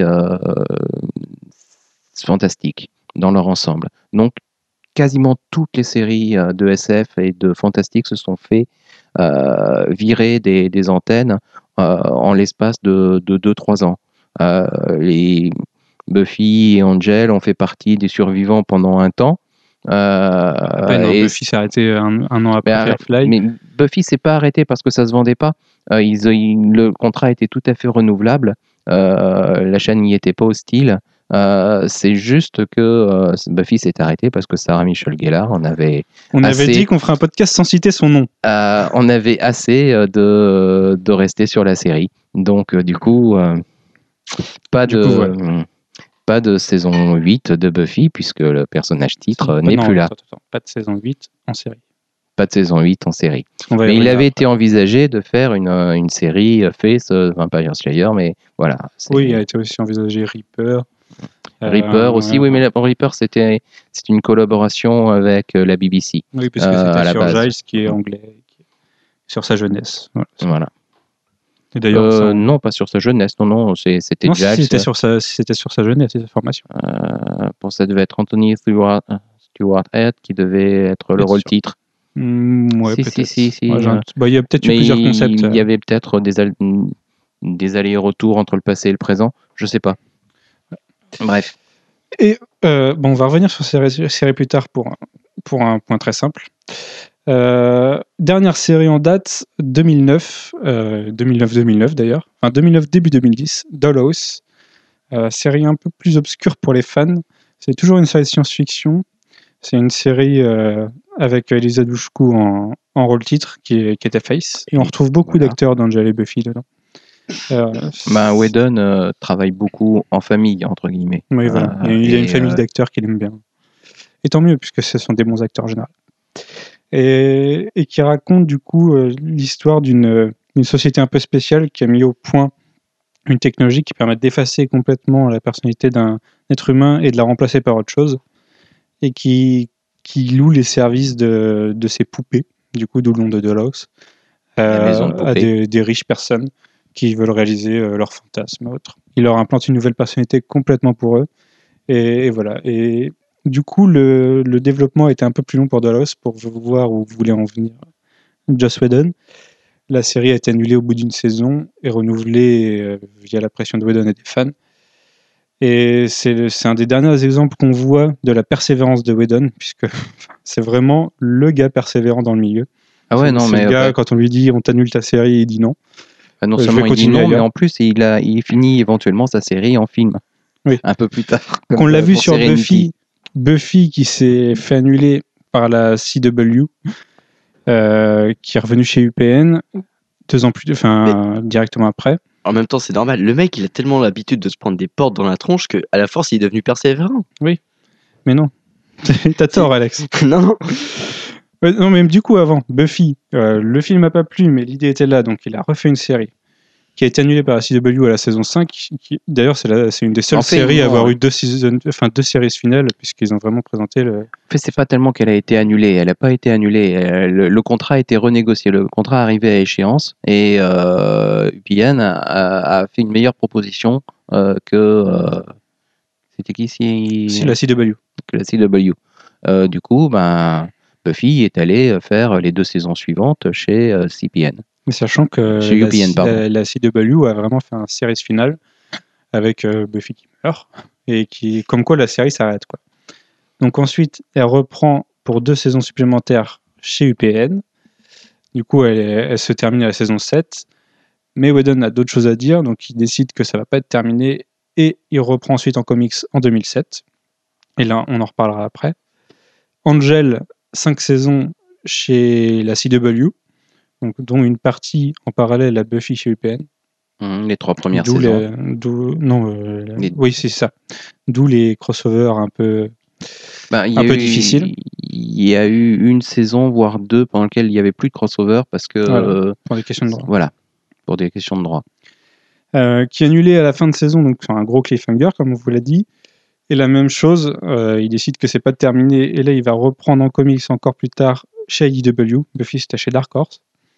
fantastiques dans leur ensemble. Donc, quasiment toutes les séries de SF et de fantastique se sont fait virer des antennes en l'espace de 2-3 ans. Les Buffy et Angel ont fait partie des survivants pendant un temps. Buffy s'est arrêté un an après Firefly. Mais Buffy s'est pas arrêté parce que ça se vendait pas. Le contrat était tout à fait renouvelable. La chaîne n'y était pas hostile. C'est juste que Buffy s'est arrêtée parce que Sarah Michelle Gellar, on avait dit qu'on ferait un podcast sans citer son nom. on avait assez de rester sur la série. Donc, du coup, pas de saison 8 de Buffy, puisque le personnage titre n'est plus là. Attends, pas de saison 8 en série. Pas de saison 8 en série. Mais il avait été envisagé de faire une série Face Vampire Slayer, mais voilà. Oui, il a été aussi envisagé Reaper. Reaper aussi, oui, mais Reaper, c'est une collaboration avec la BBC. Oui, parce que c'était sur Giles, qui est anglais, sur sa jeunesse. Voilà. Et d'ailleurs, non, pas sur sa jeunesse, non, c'était non, Giles. C'était sur sa jeunesse, sa formation. Ça devait être Anthony Stewart Head qui devait être le rôle titre. Ouais, peut-être. Si. Il y a peut-être eu plusieurs concepts. Il y avait peut-être des allers-retours entre le passé et le présent, je sais pas. Bref. Et on va revenir sur ces séries plus tard pour un point très simple. Dernière série en date, 2009 d'ailleurs, enfin 2009 début 2010, Dollhouse, série un peu plus obscure pour les fans. C'est toujours une série de science-fiction. C'est une série avec Elisa Dushku en rôle titre qui était Face, et on retrouve beaucoup d'acteurs d'Angel et Buffy dedans. Whedon travaille beaucoup en famille, entre guillemets. Oui, voilà. Il y a une famille d'acteurs qu'il aime bien. Et tant mieux, puisque ce sont des bons acteurs en général. Et qui raconte du coup l'histoire d'une société un peu spéciale qui a mis au point une technologie qui permet d'effacer complètement la personnalité d'un être humain et de la remplacer par autre chose, et qui loue les services de ces poupées, du coup, d'où le nom de Dollhouse, à des riches personnes qui veulent réaliser leurs fantasmes et autres. Il leur implante une nouvelle personnalité complètement pour eux. Et voilà. Et du coup, le développement était un peu plus long pour Dollhouse, pour voir où voulait en venir Joss Whedon. La série a été annulée au bout d'une saison et renouvelée via la pression de Whedon et des fans. Et c'est un des derniers exemples qu'on voit de la persévérance de Whedon, puisque c'est vraiment le gars persévérant dans le milieu. Ah ouais, non, c'est mais le gars, quand on lui dit on t'annule ta série, il dit non. Non seulement il dit non, mais en plus il finit éventuellement sa série en film. Oui. Un peu plus tard. On l'a vu sur Buffy qui s'est fait annuler par la CW, qui est revenu chez UPN 2 ans directement après. En même temps, c'est normal. Le mec, il a tellement l'habitude de se prendre des portes dans la tronche qu'à la force, il est devenu persévérant. Oui, mais non. T'as tort, Alex. Non. Non, mais du coup, avant, Buffy, le film n'a pas plu, mais l'idée était là, donc il a refait une série qui a été annulée par la CW à la saison 5. D'ailleurs, c'est une des seules séries à avoir eu 2 séries finales, puisqu'ils ont vraiment présenté le... En fait, c'est pas tellement qu'elle a été annulée. Elle n'a pas été annulée. Le contrat a été renégocié. Le contrat arrivait à échéance et UPN a fait une meilleure proposition que... c'était qui C'est la CW. Que la CW. Du coup, Buffy est allée faire les 2 saisons suivantes chez CPN. Mais sachant que la CW a vraiment fait un série finale avec Buffy qui meurt, et comme quoi la série s'arrête, quoi. Donc ensuite, elle reprend pour 2 saisons supplémentaires chez UPN. Du coup, elle se termine à la saison 7. Mais Whedon a d'autres choses à dire, donc il décide que ça va pas être terminé, et il reprend ensuite en comics en 2007. Et là, on en reparlera après. Angel, 5 saisons chez la CW, donc, dont une partie en parallèle à Buffy chez UPN. Les 3 premières saisons. Oui, c'est ça. D'où les crossovers un peu difficiles. Il y a eu une saison, voire 2, pendant laquelle il n'y avait plus de crossover parce que... pour des questions de droit. Voilà, pour des questions de droit. Qui est annulé à la fin de saison, donc c'est un gros cliffhanger, comme on vous l'a dit. Et la même chose, il décide que c'est pas terminé, et là il va reprendre en comics encore plus tard chez IDW. Buffy, c'était chez Dark Horse.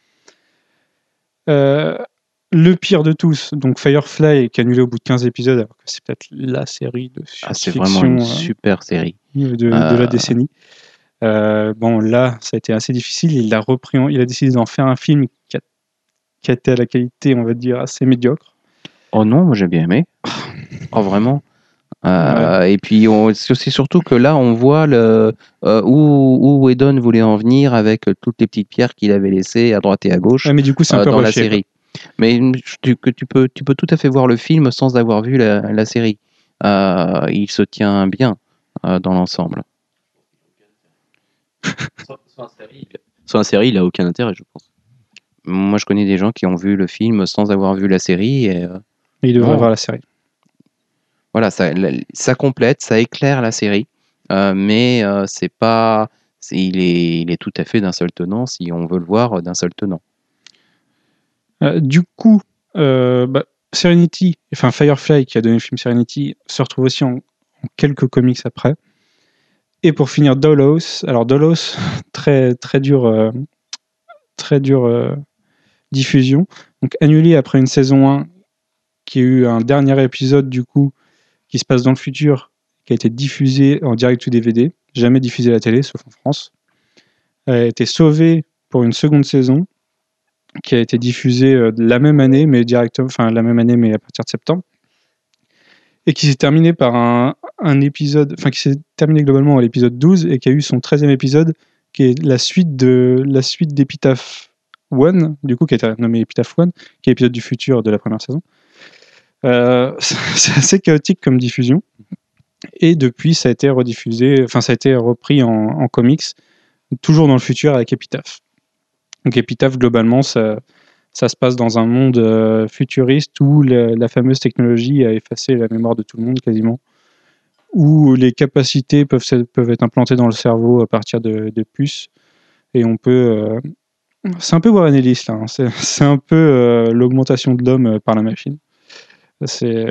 Le pire de tous, donc Firefly, qui est annulé au bout de 15 épisodes, alors que c'est peut-être la série de science-fiction. C'est vraiment une super série. De la décennie. Là, ça a été assez difficile. Il l'a repris, il a décidé d'en faire un film qui a été à la qualité, on va dire, assez médiocre. Oh non, moi j'ai bien aimé. Oh vraiment. Et puis c'est surtout que là on voit où Whedon voulait en venir avec toutes les petites pierres qu'il avait laissées à droite et à gauche mais du coup, c'est un peu dans rushé, la série. Mais tu peux tout à fait voir le film sans avoir vu la série. il se tient bien dans l'ensemble. Sans la série, il a aucun intérêt, je pense. Moi, je connais des gens qui ont vu le film sans avoir vu la série. Et, Il devrait non. voir la série. Voilà, ça complète, ça éclaire la série, mais c'est pas, il est tout à fait d'un seul tenant si on veut le voir d'un seul tenant. Du coup, Serenity, enfin Firefly qui a donné le film Serenity, se retrouve aussi en quelques comics après. Et pour finir, Dollhouse. Alors Dollhouse, très dure diffusion. Donc annulé après une saison 1 qui a eu un dernier épisode du coup qui se passe dans le futur, qui a été diffusé en direct to DVD, jamais diffusé à la télé, sauf en France. A été sauvé pour une seconde saison qui a été diffusée la même année, mais directement, enfin la même année, mais à partir de septembre, et qui s'est terminée par un épisode, enfin qui s'est terminé globalement à l'épisode 12 et qui a eu son 13e épisode, qui est la suite d'Epitaph One, du coup qui a été nommé Epitaph One, qui est l'épisode du futur de la première saison. C'est assez chaotique comme diffusion. Et depuis, ça a été rediffusé, enfin ça a été repris en comics, toujours dans le futur avec Epitaph. Donc Epitaph, globalement, ça se passe dans un monde futuriste où la fameuse technologie a effacé la mémoire de tout le monde quasiment, où les capacités peuvent être implantées dans le cerveau à partir de puces, et on peut... c'est un peu Warren Ellis là, hein. C'est un peu l'augmentation de l'homme par la machine. C'est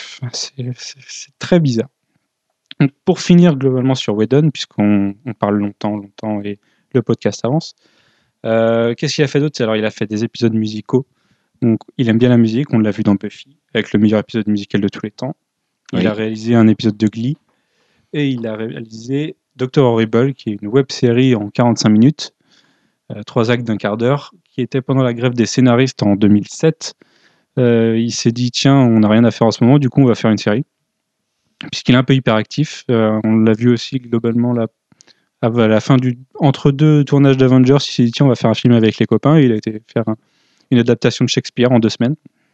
très bizarre. Donc, pour finir globalement sur Whedon, puisqu'on parle longtemps et le podcast avance, qu'est-ce qu'il a fait d'autre? Alors, il a fait des épisodes musicaux. Donc, il aime bien la musique, on l'a vu dans Buffy, avec le meilleur épisode musical de tous les temps. Il a réalisé un épisode de Glee, et il a réalisé Dr. Horrible, qui est une web-série en 45 minutes, 3 actes d'un quart d'heure, qui était pendant la grève des scénaristes en 2007. Il s'est dit, tiens, on n'a rien à faire en ce moment, du coup, on va faire une série. Puisqu'il est un peu hyperactif. On l'a vu aussi globalement là, à la fin entre deux tournages d'Avengers, il s'est dit tiens, on va faire un film avec les copains, et il a été faire une adaptation de Shakespeare en 2 semaines.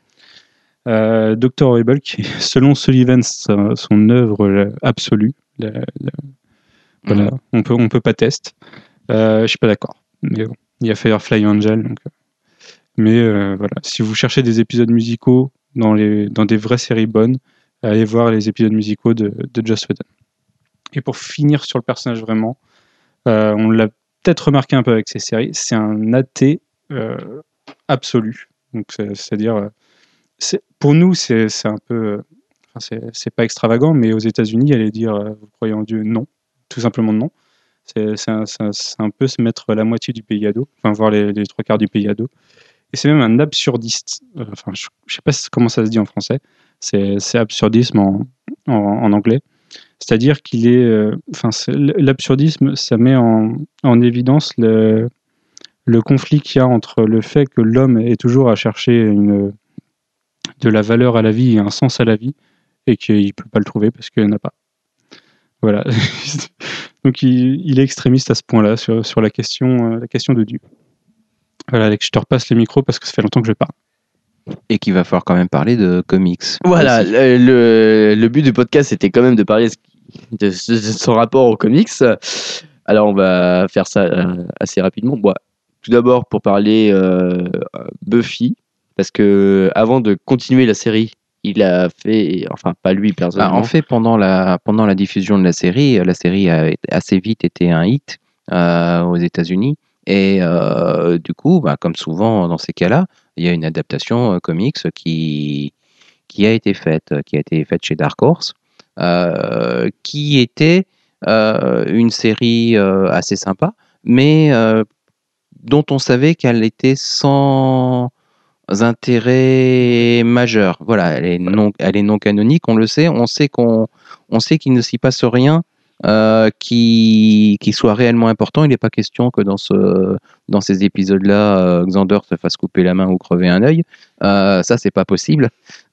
Dr. Horrible, qui est selon Sullivan son œuvre absolue. Voilà, on peut pas tester. Je suis pas d'accord. Mais bon, il a Firefly Angel. Donc, voilà, si vous cherchez des épisodes musicaux dans des vraies séries bonnes, allez voir les épisodes musicaux de Joss Whedon. Et pour finir sur le personnage vraiment, on l'a peut-être remarqué un peu avec ces séries, c'est un athée absolu. Donc c'est-à-dire, pour nous c'est un peu, c'est pas extravagant, mais aux États-Unis, aller dire vous croyez en Dieu? Non, tout simplement non. C'est un peu se mettre la moitié du pays à dos, enfin voir les 3/4 du pays à dos. Et c'est même un absurdiste. Enfin, je sais pas comment ça se dit en français. C'est absurdisme en anglais. C'est-à-dire qu'il est, l'absurdisme, ça met en évidence le conflit qu'il y a entre le fait que l'homme est toujours à chercher de la valeur à la vie et un sens à la vie, et qu'il ne peut pas le trouver parce qu'il n'y en a pas. Voilà. Donc il est extrémiste à ce point-là sur la question de Dieu. Voilà, Alex, je te repasse le micro parce que ça fait longtemps que je parle. Et qu'il va falloir quand même parler de comics. Voilà, le but du podcast, c'était quand même de parler de son rapport aux comics. Alors, on va faire ça assez rapidement. Bon, tout d'abord, pour parler Buffy, parce que avant de continuer la série, il a fait, enfin pas lui personnellement. En fait, pendant la diffusion de la série a assez vite été un hit aux États-Unis. Et du coup, comme souvent dans ces cas-là, il y a une adaptation comics qui a été faite chez Dark Horse, qui était une série assez sympa, mais dont on savait qu'elle était sans intérêt majeur. Voilà, elle est non canonique, on le sait. On sait qu'il ne s'y passe rien qui soit réellement important. Il n'est pas question que dans ces épisodes-là, Xander se fasse couper la main ou crever un œil. Ça, c'est pas possible.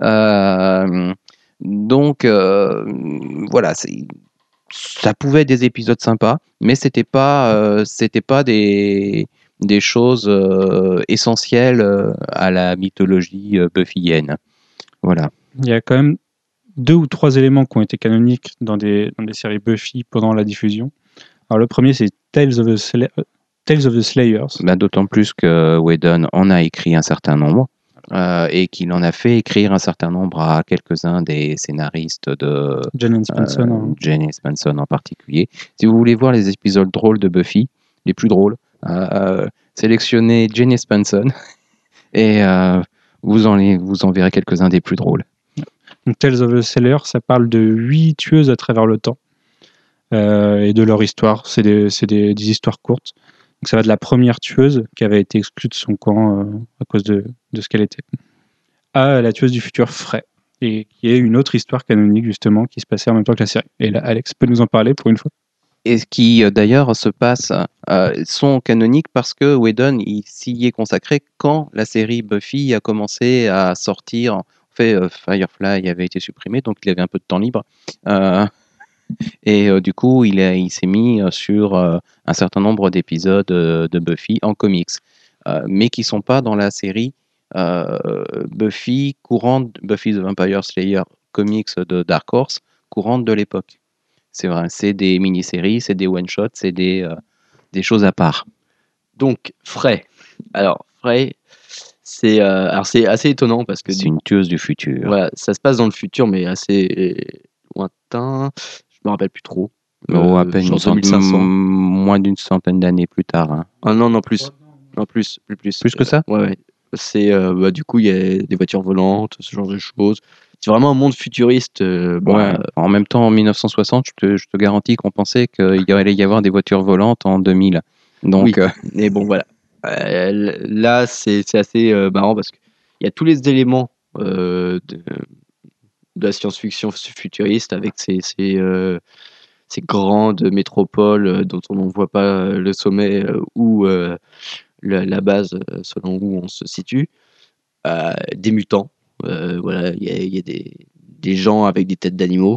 Donc, voilà, ça pouvait être des épisodes sympas, mais c'était pas des choses essentielles à la mythologie buffyenne. Voilà. Il y a quand même 2 ou 3 éléments qui ont été canoniques dans des séries Buffy pendant la diffusion. Alors le premier, c'est Tales of the Slayers. Bah, d'autant plus que Whedon en a écrit un certain nombre et qu'il en a fait écrire un certain nombre à quelques-uns des scénaristes de Jane Spenson. Jane Spenson en particulier. Si vous voulez voir les épisodes drôles de Buffy, les plus drôles, sélectionnez Jane Spenson et vous en verrez quelques-uns des plus drôles. Donc, Tales of the Slayers, ça parle de 8 tueuses à travers le temps et de leur histoire. C'est des histoires courtes. Donc ça va de la première tueuse qui avait été exclue de son camp à cause de ce qu'elle était, à la tueuse du futur Frey, et qui est une autre histoire canonique justement qui se passait en même temps que la série. Et là, Alex peut nous en parler pour une fois. Et ce qui d'ailleurs se passe sont canoniques parce que Whedon il s'y est consacré quand la série Buffy a commencé à sortir. En fait, Firefly avait été supprimé, donc il avait un peu de temps libre. Et du coup, il s'est mis sur un certain nombre d'épisodes de Buffy en comics, mais qui ne sont pas dans la série Buffy courante, Buffy the Vampire Slayer comics de Dark Horse, courante de l'époque. C'est vrai, c'est des mini-séries, c'est des one-shots, c'est des choses à part. Donc, Frey. Alors, Frey, c'est assez étonnant parce que C'est une tueuse du futur. voilà, ça se passe dans le futur, mais assez lointain. Je me rappelle plus trop. À peine genre 2500. moins d'une centaine d'années plus tard. Hein. Ah non, plus. Non, plus. Plus que ça? Ouais. C'est du coup il y a des voitures volantes, ce genre de choses. C'est vraiment un monde futuriste. Ouais. En même temps, en 1960, je te garantis qu'on pensait qu'il allait y avoir des voitures volantes en 2000. Donc, oui. Mais bon, voilà. Là, c'est assez marrant parce qu'il y a tous les éléments de la science-fiction futuriste avec ces grandes métropoles dont on ne voit pas le sommet ou la base selon où on se situe. Des mutants. Voilà, il y a des gens avec des têtes d'animaux.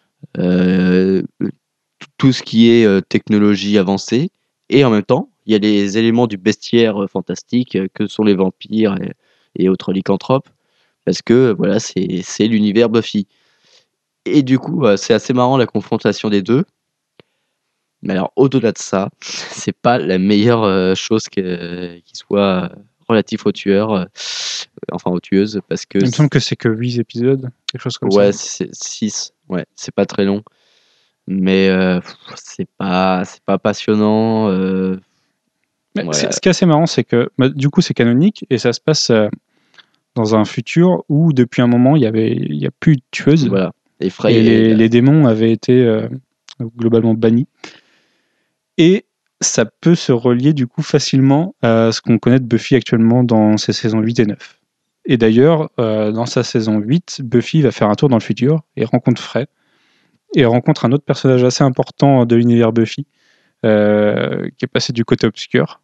Tout ce qui est technologie avancée. Et en même temps, il y a les éléments du bestiaire fantastique que sont les vampires et autres lycanthropes. Parce que voilà, c'est l'univers Buffy. Et du coup, c'est assez marrant la confrontation des deux. Mais alors, au-delà de ça, c'est pas la meilleure chose qui soit relatif aux tueurs, enfin aux tueuses, parce que Il me semble que c'est que 8 épisodes, quelque chose comme ouais, ça. c'est 6, ouais, c'est pas très long, mais c'est pas passionnant. Mais Ouais. ce qui est assez marrant, c'est que du coup, c'est canonique et ça se passe dans un futur où depuis un moment, il y a plus de tueuses. Voilà. Et les démons avaient été globalement bannis. Et ça peut se relier du coup facilement à ce qu'on connaît de Buffy actuellement dans ses saisons 8 et 9. Et d'ailleurs, dans sa saison 8, Buffy va faire un tour dans le futur et rencontre Frey. Et rencontre un autre personnage assez important de l'univers Buffy, qui est passé du côté obscur.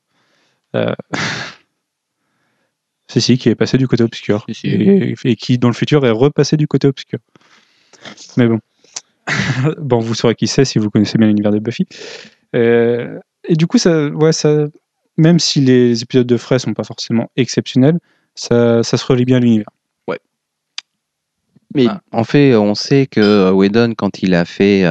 Qui est passé du côté obscur. Si. Et qui, dans le futur, est repassé du côté obscur. Mais bon. Bon, vous saurez qui c'est si vous connaissez bien l'univers de Buffy. Et du coup, même si les épisodes de Frey sont pas forcément exceptionnels, ça se relie bien à l'univers. Ouais. Mais en fait, on sait que Whedon, quand il a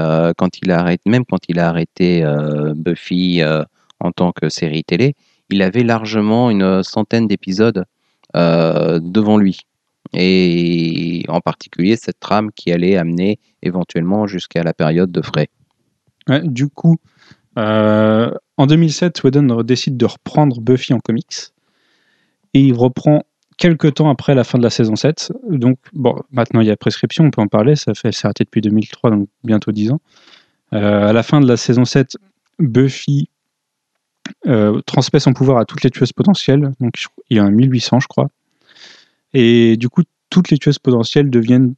arrêté Buffy en tant que série télé, il avait largement une centaine d'épisodes devant lui. Et en particulier cette trame qui allait amener éventuellement jusqu'à la période de Frey. Ouais, du coup, en 2007, Whedon décide de reprendre Buffy en comics. Et il reprend quelques temps après la fin de la saison 7. Donc, bon, maintenant il y a prescription, on peut en parler. Elle s'est arrêtée depuis 2003, donc bientôt 10 ans. À la fin de la saison 7, Buffy transmet son pouvoir à toutes les tueuses potentielles. Donc, il y a un 1800, je crois. Et du coup, toutes les tueuses potentielles deviennent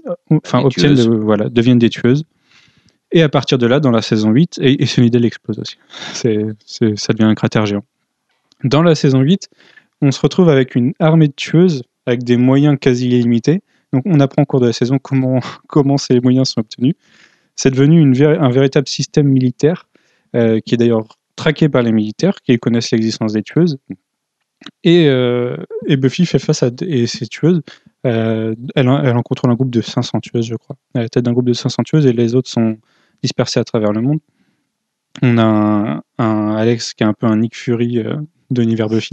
des tueuses. Et à partir de là, dans la saison 8, et Sunnydale explose aussi. Ça devient un cratère géant. Dans la saison 8, on se retrouve avec une armée de tueuses avec des moyens quasi illimités. Donc on apprend au cours de la saison comment ces moyens sont obtenus. C'est devenu un véritable système militaire qui est d'ailleurs traqué par les militaires qui connaissent l'existence des tueuses. Et Buffy fait face et ses tueuses. Elle en contrôle un groupe de 500 tueuses, je crois. Elle est à la tête d'un groupe de 500 tueuses et les autres sont dispersés à travers le monde. On a un Alex qui est un peu un Nick Fury de l'univers Buffy.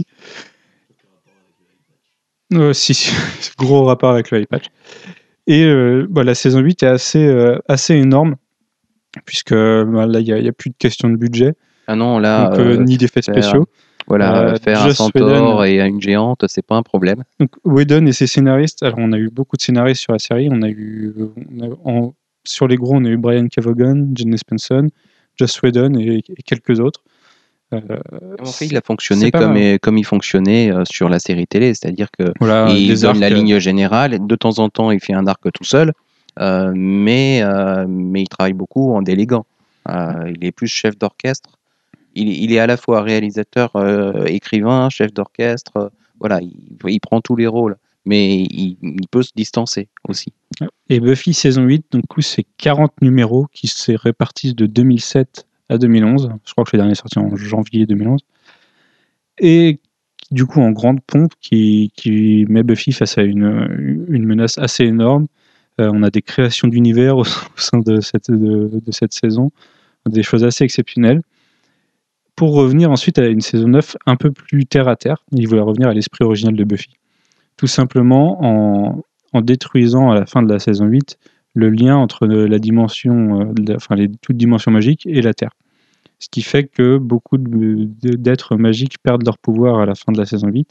Si, gros rapport avec le iPatch. Et la saison 8 est assez énorme, puisque là, il n'y a plus de question de budget. Ah non, là. Donc, ni d'effets spéciaux. Faire un centaure et une géante, c'est pas un problème. Donc, Whedon et ses scénaristes, alors on a eu beaucoup de scénaristes sur la série. Sur les gros, on a eu Brian Kevogan, Jen Espenson, Joss Whedon et quelques autres. En fait, il a fonctionné comme il fonctionnait sur la série télé, c'est-à-dire que il donne la ligne générale. De temps en temps, il fait un arc tout seul, mais il travaille beaucoup en déléguant. Il est plus chef d'orchestre. Il est à la fois réalisateur, écrivain, chef d'orchestre. Il prend tous les rôles, mais il peut se distancer aussi. Et Buffy saison 8, donc c'est 40 numéros qui se répartissent de 2007 à 2011. Je crois que le dernier est sorti en janvier 2011. Et du coup, en grande pompe, qui met Buffy face à une menace assez énorme. On a des créations d'univers au sein de cette saison, des choses assez exceptionnelles. Pour revenir ensuite à une saison 9 un peu plus terre-à-terre, il voulait revenir à l'esprit original de Buffy. Tout simplement en détruisant à la fin de la saison 8 le lien entre la dimension, toutes dimensions magiques et la Terre. Ce qui fait que beaucoup d'êtres magiques perdent leur pouvoir à la fin de la saison 8.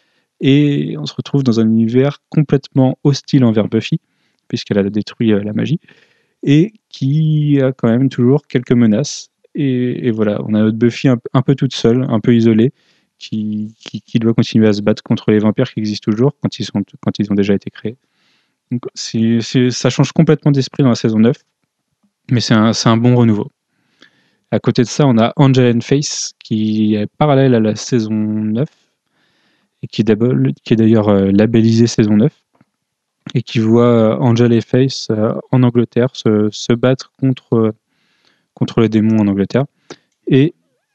Et on se retrouve dans un univers complètement hostile envers Buffy, puisqu'elle a détruit la magie, et qui a quand même toujours quelques menaces. Et voilà, on a notre Buffy un peu toute seule, un peu isolée, qui doit continuer à se battre contre les vampires qui existent toujours quand ils ont déjà été créés. Donc ça change complètement d'esprit dans la saison 9, mais c'est un bon renouveau. À côté de ça, on a Angel and Face qui est parallèle à la saison 9 et qui est d'ailleurs labellisé saison 9 et qui voit Angel et Face en Angleterre se battre contre le démon en Angleterre et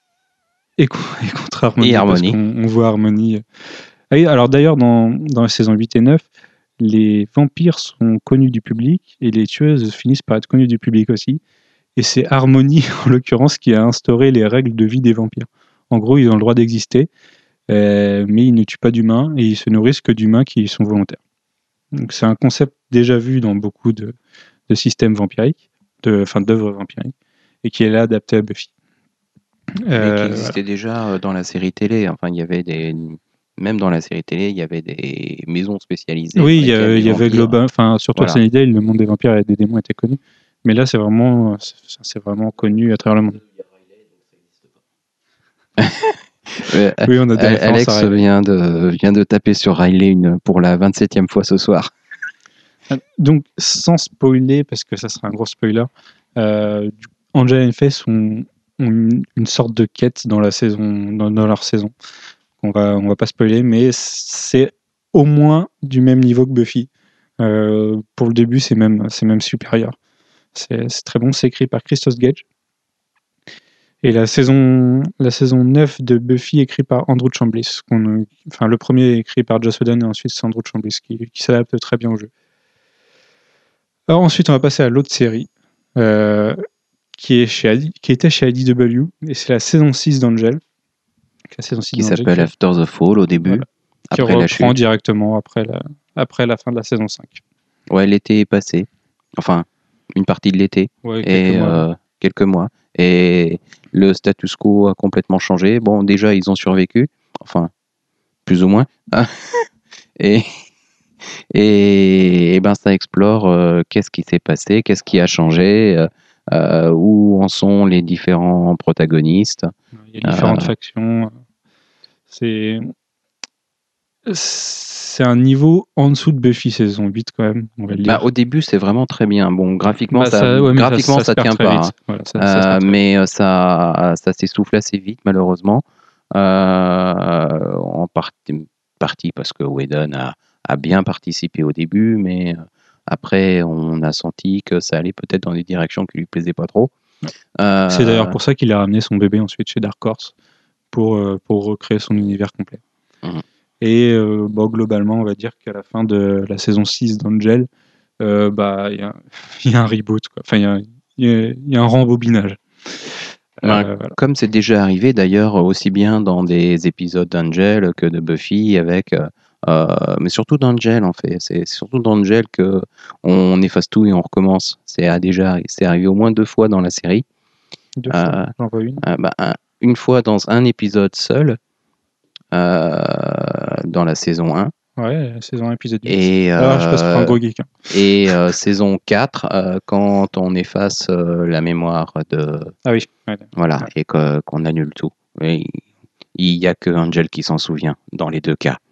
contre Harmony. Parce qu'on voit Harmony. Ah oui, alors d'ailleurs, dans la saison 8 et 9, les vampires sont connus du public et les tueuses finissent par être connues du public aussi. Et c'est Harmony, en l'occurrence, qui a instauré les règles de vie des vampires. En gros, ils ont le droit d'exister, mais ils ne tuent pas d'humains et ils se nourrissent que d'humains qui sont volontaires. Donc c'est un concept déjà vu dans beaucoup de systèmes vampiriques, d'œuvres vampiriques, et qui est là adapté à Buffy. Mais qui existait déjà dans la série télé. Enfin, il y avait même dans la série télé, il y avait des maisons spécialisées. Oui, il y avait Global, surtout à Sunnydale, le monde des vampires et des démons était connu. Mais là, c'est vraiment connu à travers le monde. Oui, on a des Alex vient de taper sur Riley pour la 27e fois ce soir. Donc, sans spoiler, parce que ça serait un gros spoiler, Angel et Face ont une sorte de quête dans leur saison. On va pas spoiler, mais c'est au moins du même niveau que Buffy. Pour le début, c'est même supérieur. C'est très bon, c'est écrit par Christos Gage. Et la saison 9 de Buffy est écrite par Andrew Chamblis. Le premier est écrit par Joss Whedon et ensuite c'est Andrew Chamblis qui s'adapte très bien au jeu. Alors ensuite, on va passer à l'autre série qui était chez IDW et c'est la saison 6 d'Angel. Qui s'appelle After the Fall au début. Voilà. Qui reprend directement après la fin de la saison 5. Ouais, l'été est passé. Enfin, une partie de l'été. Ouais, quelques mois. Et le status quo a complètement changé. Bon, déjà, ils ont survécu. Enfin, plus ou moins. et ça explore qu'est-ce qui s'est passé, qu'est-ce qui a changé, où en sont les différents protagonistes. Il y a différentes factions. C'est un niveau en dessous de Buffy saison 8 quand même, on va le dire. Au début, c'est vraiment très bien. Bon, graphiquement, ça tient pas. Voilà, mais ça s'essouffle assez vite, malheureusement. En partie parce que Whedon a bien participé au début, mais après, on a senti que ça allait peut-être dans des directions qui lui plaisaient pas trop. C'est d'ailleurs pour ça qu'il a ramené son bébé ensuite chez Dark Horse pour recréer son univers complet. Mhm. Et globalement, on va dire qu'à la fin de la saison 6 d'Angel, il y a un reboot, quoi. Enfin, il y a un rembobinage. Ben, Voilà. comme c'est déjà arrivé d'ailleurs aussi bien dans des épisodes d'Angel que de Buffy mais surtout d'Angel en fait. C'est surtout d'Angel que on efface tout et on recommence. C'est arrivé au moins 2 fois dans la série. 2 fois, j'en vois une. Une fois dans un épisode seul dans la saison 1. Ouais, saison 1, épisode 8. Et, Alors, je passe pour un gros geek. Hein. Et saison 4, quand on efface la mémoire de... Ah oui. Ouais. Voilà, Ouais. et qu'on annule tout. Et il n'y a que Angel qui s'en souvient, dans les 2 cas.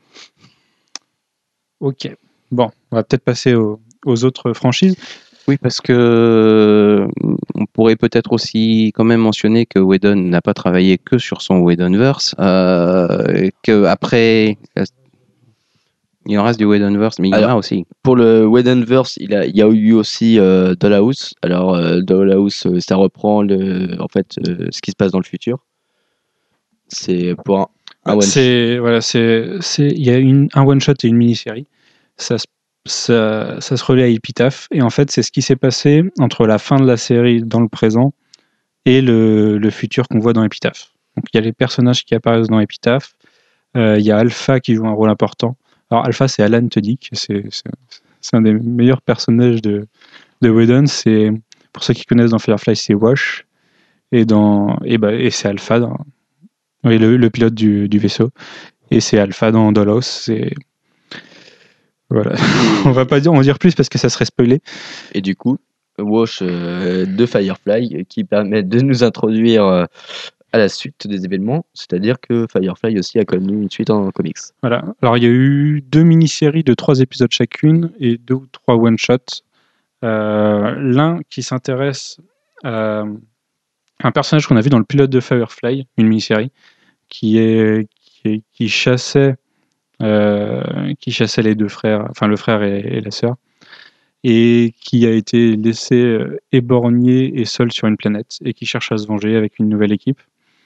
Ok. Bon, on va peut-être passer aux autres franchises. Oui, parce que on pourrait peut-être aussi quand même mentionner que Whedon n'a pas travaillé que sur son Whedonverse, que après il en reste du Whedonverse, mais il y en a aussi. Pour le Whedonverse, il y a eu aussi Dollhouse. Alors Dollhouse, ça reprend en fait ce qui se passe dans le futur. C'est pour un one shot. Il y a un one shot et une mini-série. Ça se relie à Epitaph. Et en fait, c'est ce qui s'est passé entre la fin de la série dans le présent et le futur qu'on voit dans Epitaph. Donc il y a les personnages qui apparaissent dans Epitaph. Il y a Alpha qui joue un rôle important. Alors Alpha, c'est Alan Tudyk. C'est un des meilleurs personnages de Whedon. C'est, pour ceux qui connaissent dans Firefly, c'est Wash. Et c'est Alpha le pilote du vaisseau. Et c'est Alpha dans Dollhouse. C'est... Voilà. On va pas dire plus parce que ça serait spoilé. Et du coup, Wash de Firefly qui permet de nous introduire à la suite des événements, c'est-à-dire que Firefly aussi a connu une suite en comics. Voilà. Alors il y a eu 2 mini-séries de 3 épisodes chacune et 2 ou 3 one-shots. L'un qui s'intéresse à un personnage qu'on a vu dans le pilote de Firefly, une mini-série, qui chassait les 2 frères, enfin le frère et la sœur, et qui a été laissé éborgné et seul sur une planète et qui cherche à se venger avec une nouvelle équipe.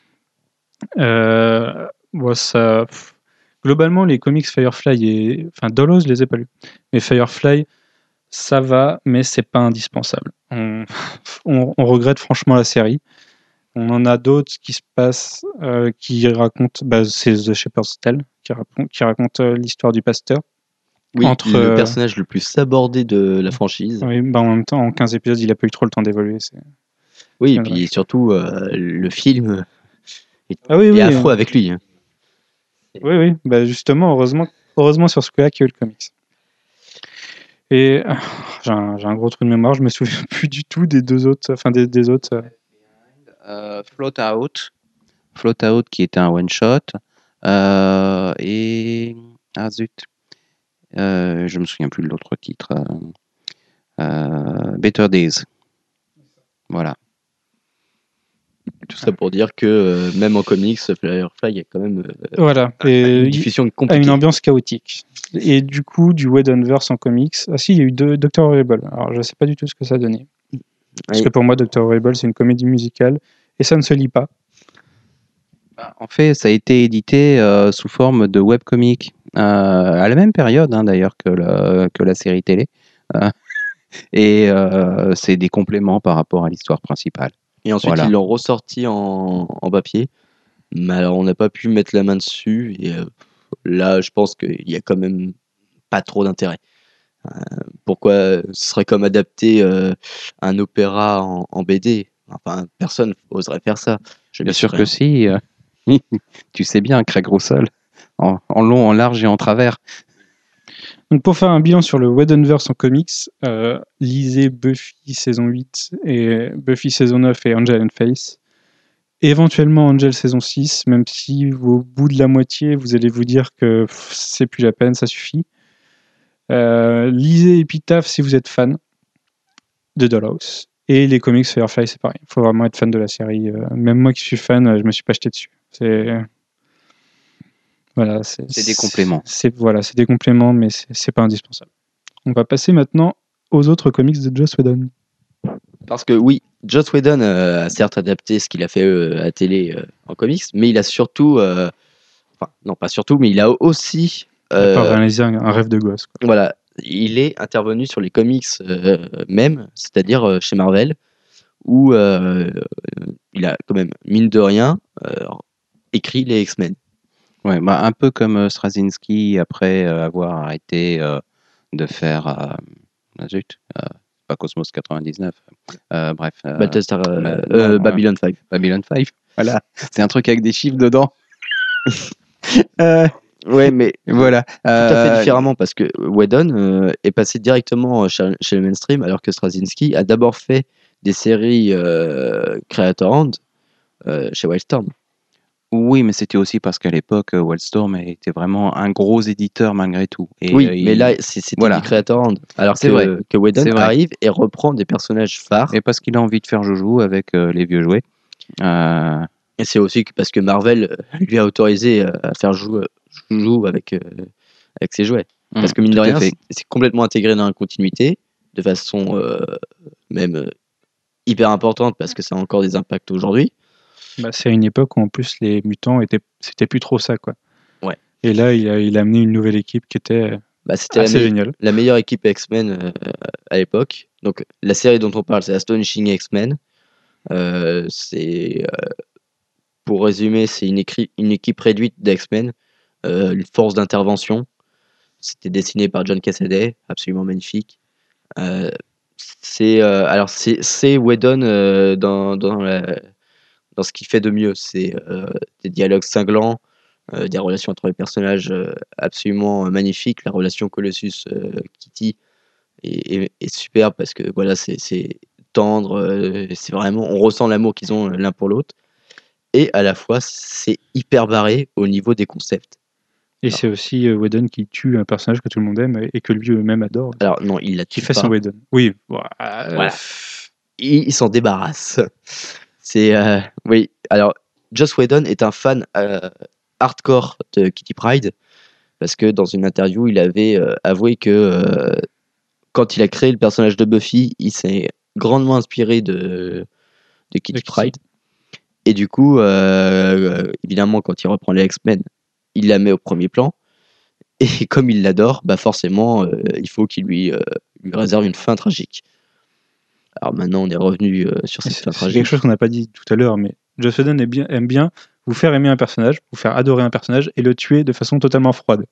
Globalement, les comics Firefly Dollhouse, je les ai pas lus, mais Firefly, ça va, mais c'est pas indispensable. On regrette franchement la série. On en a d'autres qui se passent, qui racontent, c'est The Shepherd's Tale, qui raconte l'histoire du pasteur. Oui, le personnage le plus sabordé de la franchise. Oui, en même temps, en 15 épisodes, il a pas eu trop le temps d'évoluer. Oui, et puis surtout, le film est affreux avec lui. Hein. Oui, justement, heureusement sur ce coup-là qu'il y a eu le comics. Et j'ai un gros trou de mémoire, je me souviens plus du tout des 2 autres, des autres. Float Out qui était un one shot et je me souviens plus de l'autre titre. Better Days. Voilà. Tout ça pour dire que même en comics, Firefly, il y a quand même une diffusion compliquée. Une ambiance chaotique. Et du coup, du Whedonverse en comics. Ah si, il y a eu Dr. Horrible. Alors, je ne sais pas du tout ce que ça donnait. Parce que pour moi, Dr. Horrible, c'est une comédie musicale et ça ne se lit pas. En fait, ça a été édité sous forme de webcomic à la même période d'ailleurs que la série télé. Et c'est des compléments par rapport à l'histoire principale. Et ensuite, ils l'ont ressorti en papier. Mais alors, on n'a pas pu mettre la main dessus. Et là, je pense qu'il n'y a quand même pas trop d'intérêt. Pourquoi ce serait comme adapter un opéra en BD? Enfin, personne n'oserait faire ça. Bien sûr que si. Tu sais bien, Craig Russell, en long, en large et en travers. Donc pour faire un bilan sur le Whedonverse en comics, lisez Buffy saison 8 et Buffy saison 9 et Angel and Faith. Éventuellement Angel saison 6, même si au bout de la moitié, vous allez vous dire que c'est plus la peine, ça suffit. Lisez Epitaph si vous êtes fan de Dollhouse. Et les comics Firefly, c'est pareil. Il faut vraiment être fan de la série. Même moi qui suis fan, je me suis pas jeté dessus. C'est des compléments. C'est des compléments, mais c'est pas indispensable. On va passer maintenant aux autres comics de Joss Whedon. Parce que oui, Joss Whedon a certes adapté ce qu'il a fait à télé en comics, mais il a surtout, enfin, non pas surtout, mais il a aussi, Pas réaliser un rêve de gosse, quoi. voilà, il est intervenu sur les comics même, c'est-à-dire chez Marvel, où il a quand même, mine de rien, écrit les X-Men. Ouais, bah, un peu comme Straczynski après avoir arrêté de faire zut, pas Cosmos 99. Bref, Battlestar, non, Babylon 5. Babylon 5. Voilà, c'est un truc avec des chiffres dedans. Ouais, mais Voilà. tout à fait différemment, parce que Whedon est passé directement chez le mainstream, alors que Straczynski a d'abord fait des séries Creator-owned chez Wildstorm. Oui, mais c'était aussi parce qu'à l'époque, Wildstorm était vraiment un gros éditeur malgré tout. Et, Oui, mais là, c'était voilà. du Creator-owned, alors C'est vrai. que Whedon C'est vrai. arrive et reprend des personnages phares. Et parce qu'il a envie de faire joujou avec les vieux jouets. Et c'est aussi parce que Marvel lui a autorisé à faire joujou avec ses jouets. Parce que mine de tout à rien, fait. c'est complètement intégré dans la continuité, de façon même hyper importante, parce que ça a encore des impacts aujourd'hui. Bah, c'est à une époque où en plus les mutants c'était plus trop ça, quoi. Ouais. Et là, il a amené une nouvelle équipe qui était Bah, c'était assez géniale. la meilleure équipe X-Men à l'époque. Donc la série dont on parle, c'est Astonishing X-Men. Pour résumer, c'est une équipe réduite d'X-Men, une force d'intervention. C'était dessiné par John Cassaday, absolument magnifique. C'est Whedon dans ce qu'il fait de mieux. C'est des dialogues cinglants, des relations entre les personnages absolument magnifiques. La relation Colossus-Kitty est superbe, parce que voilà, c'est tendre, c'est vraiment, on ressent l'amour qu'ils ont l'un pour l'autre. Et à la fois, c'est hyper barré au niveau des concepts. Et c'est aussi Whedon qui tue un personnage que tout le monde aime et que lui-même adore. Alors non, il la Qui tue fait pas. son Whedon. Oui. Voilà. Il s'en débarrasse. C'est oui. Alors, Joss Whedon est un fan hardcore de Kitty Pryde, parce que dans une interview, il avait avoué que quand il a créé le personnage de Buffy, il s'est grandement inspiré de Kitty Pryde. Et du coup, évidemment, quand il reprend les X-Men, il la met au premier plan. Et comme il l'adore, bah forcément, il faut qu'il lui réserve une fin tragique. Alors maintenant, on est revenu sur cette fin C'est tragique. quelque chose qu'on n'a pas dit tout à l'heure, mais Joss Whedon aime bien vous faire aimer un personnage, vous faire adorer un personnage et le tuer de façon totalement froide.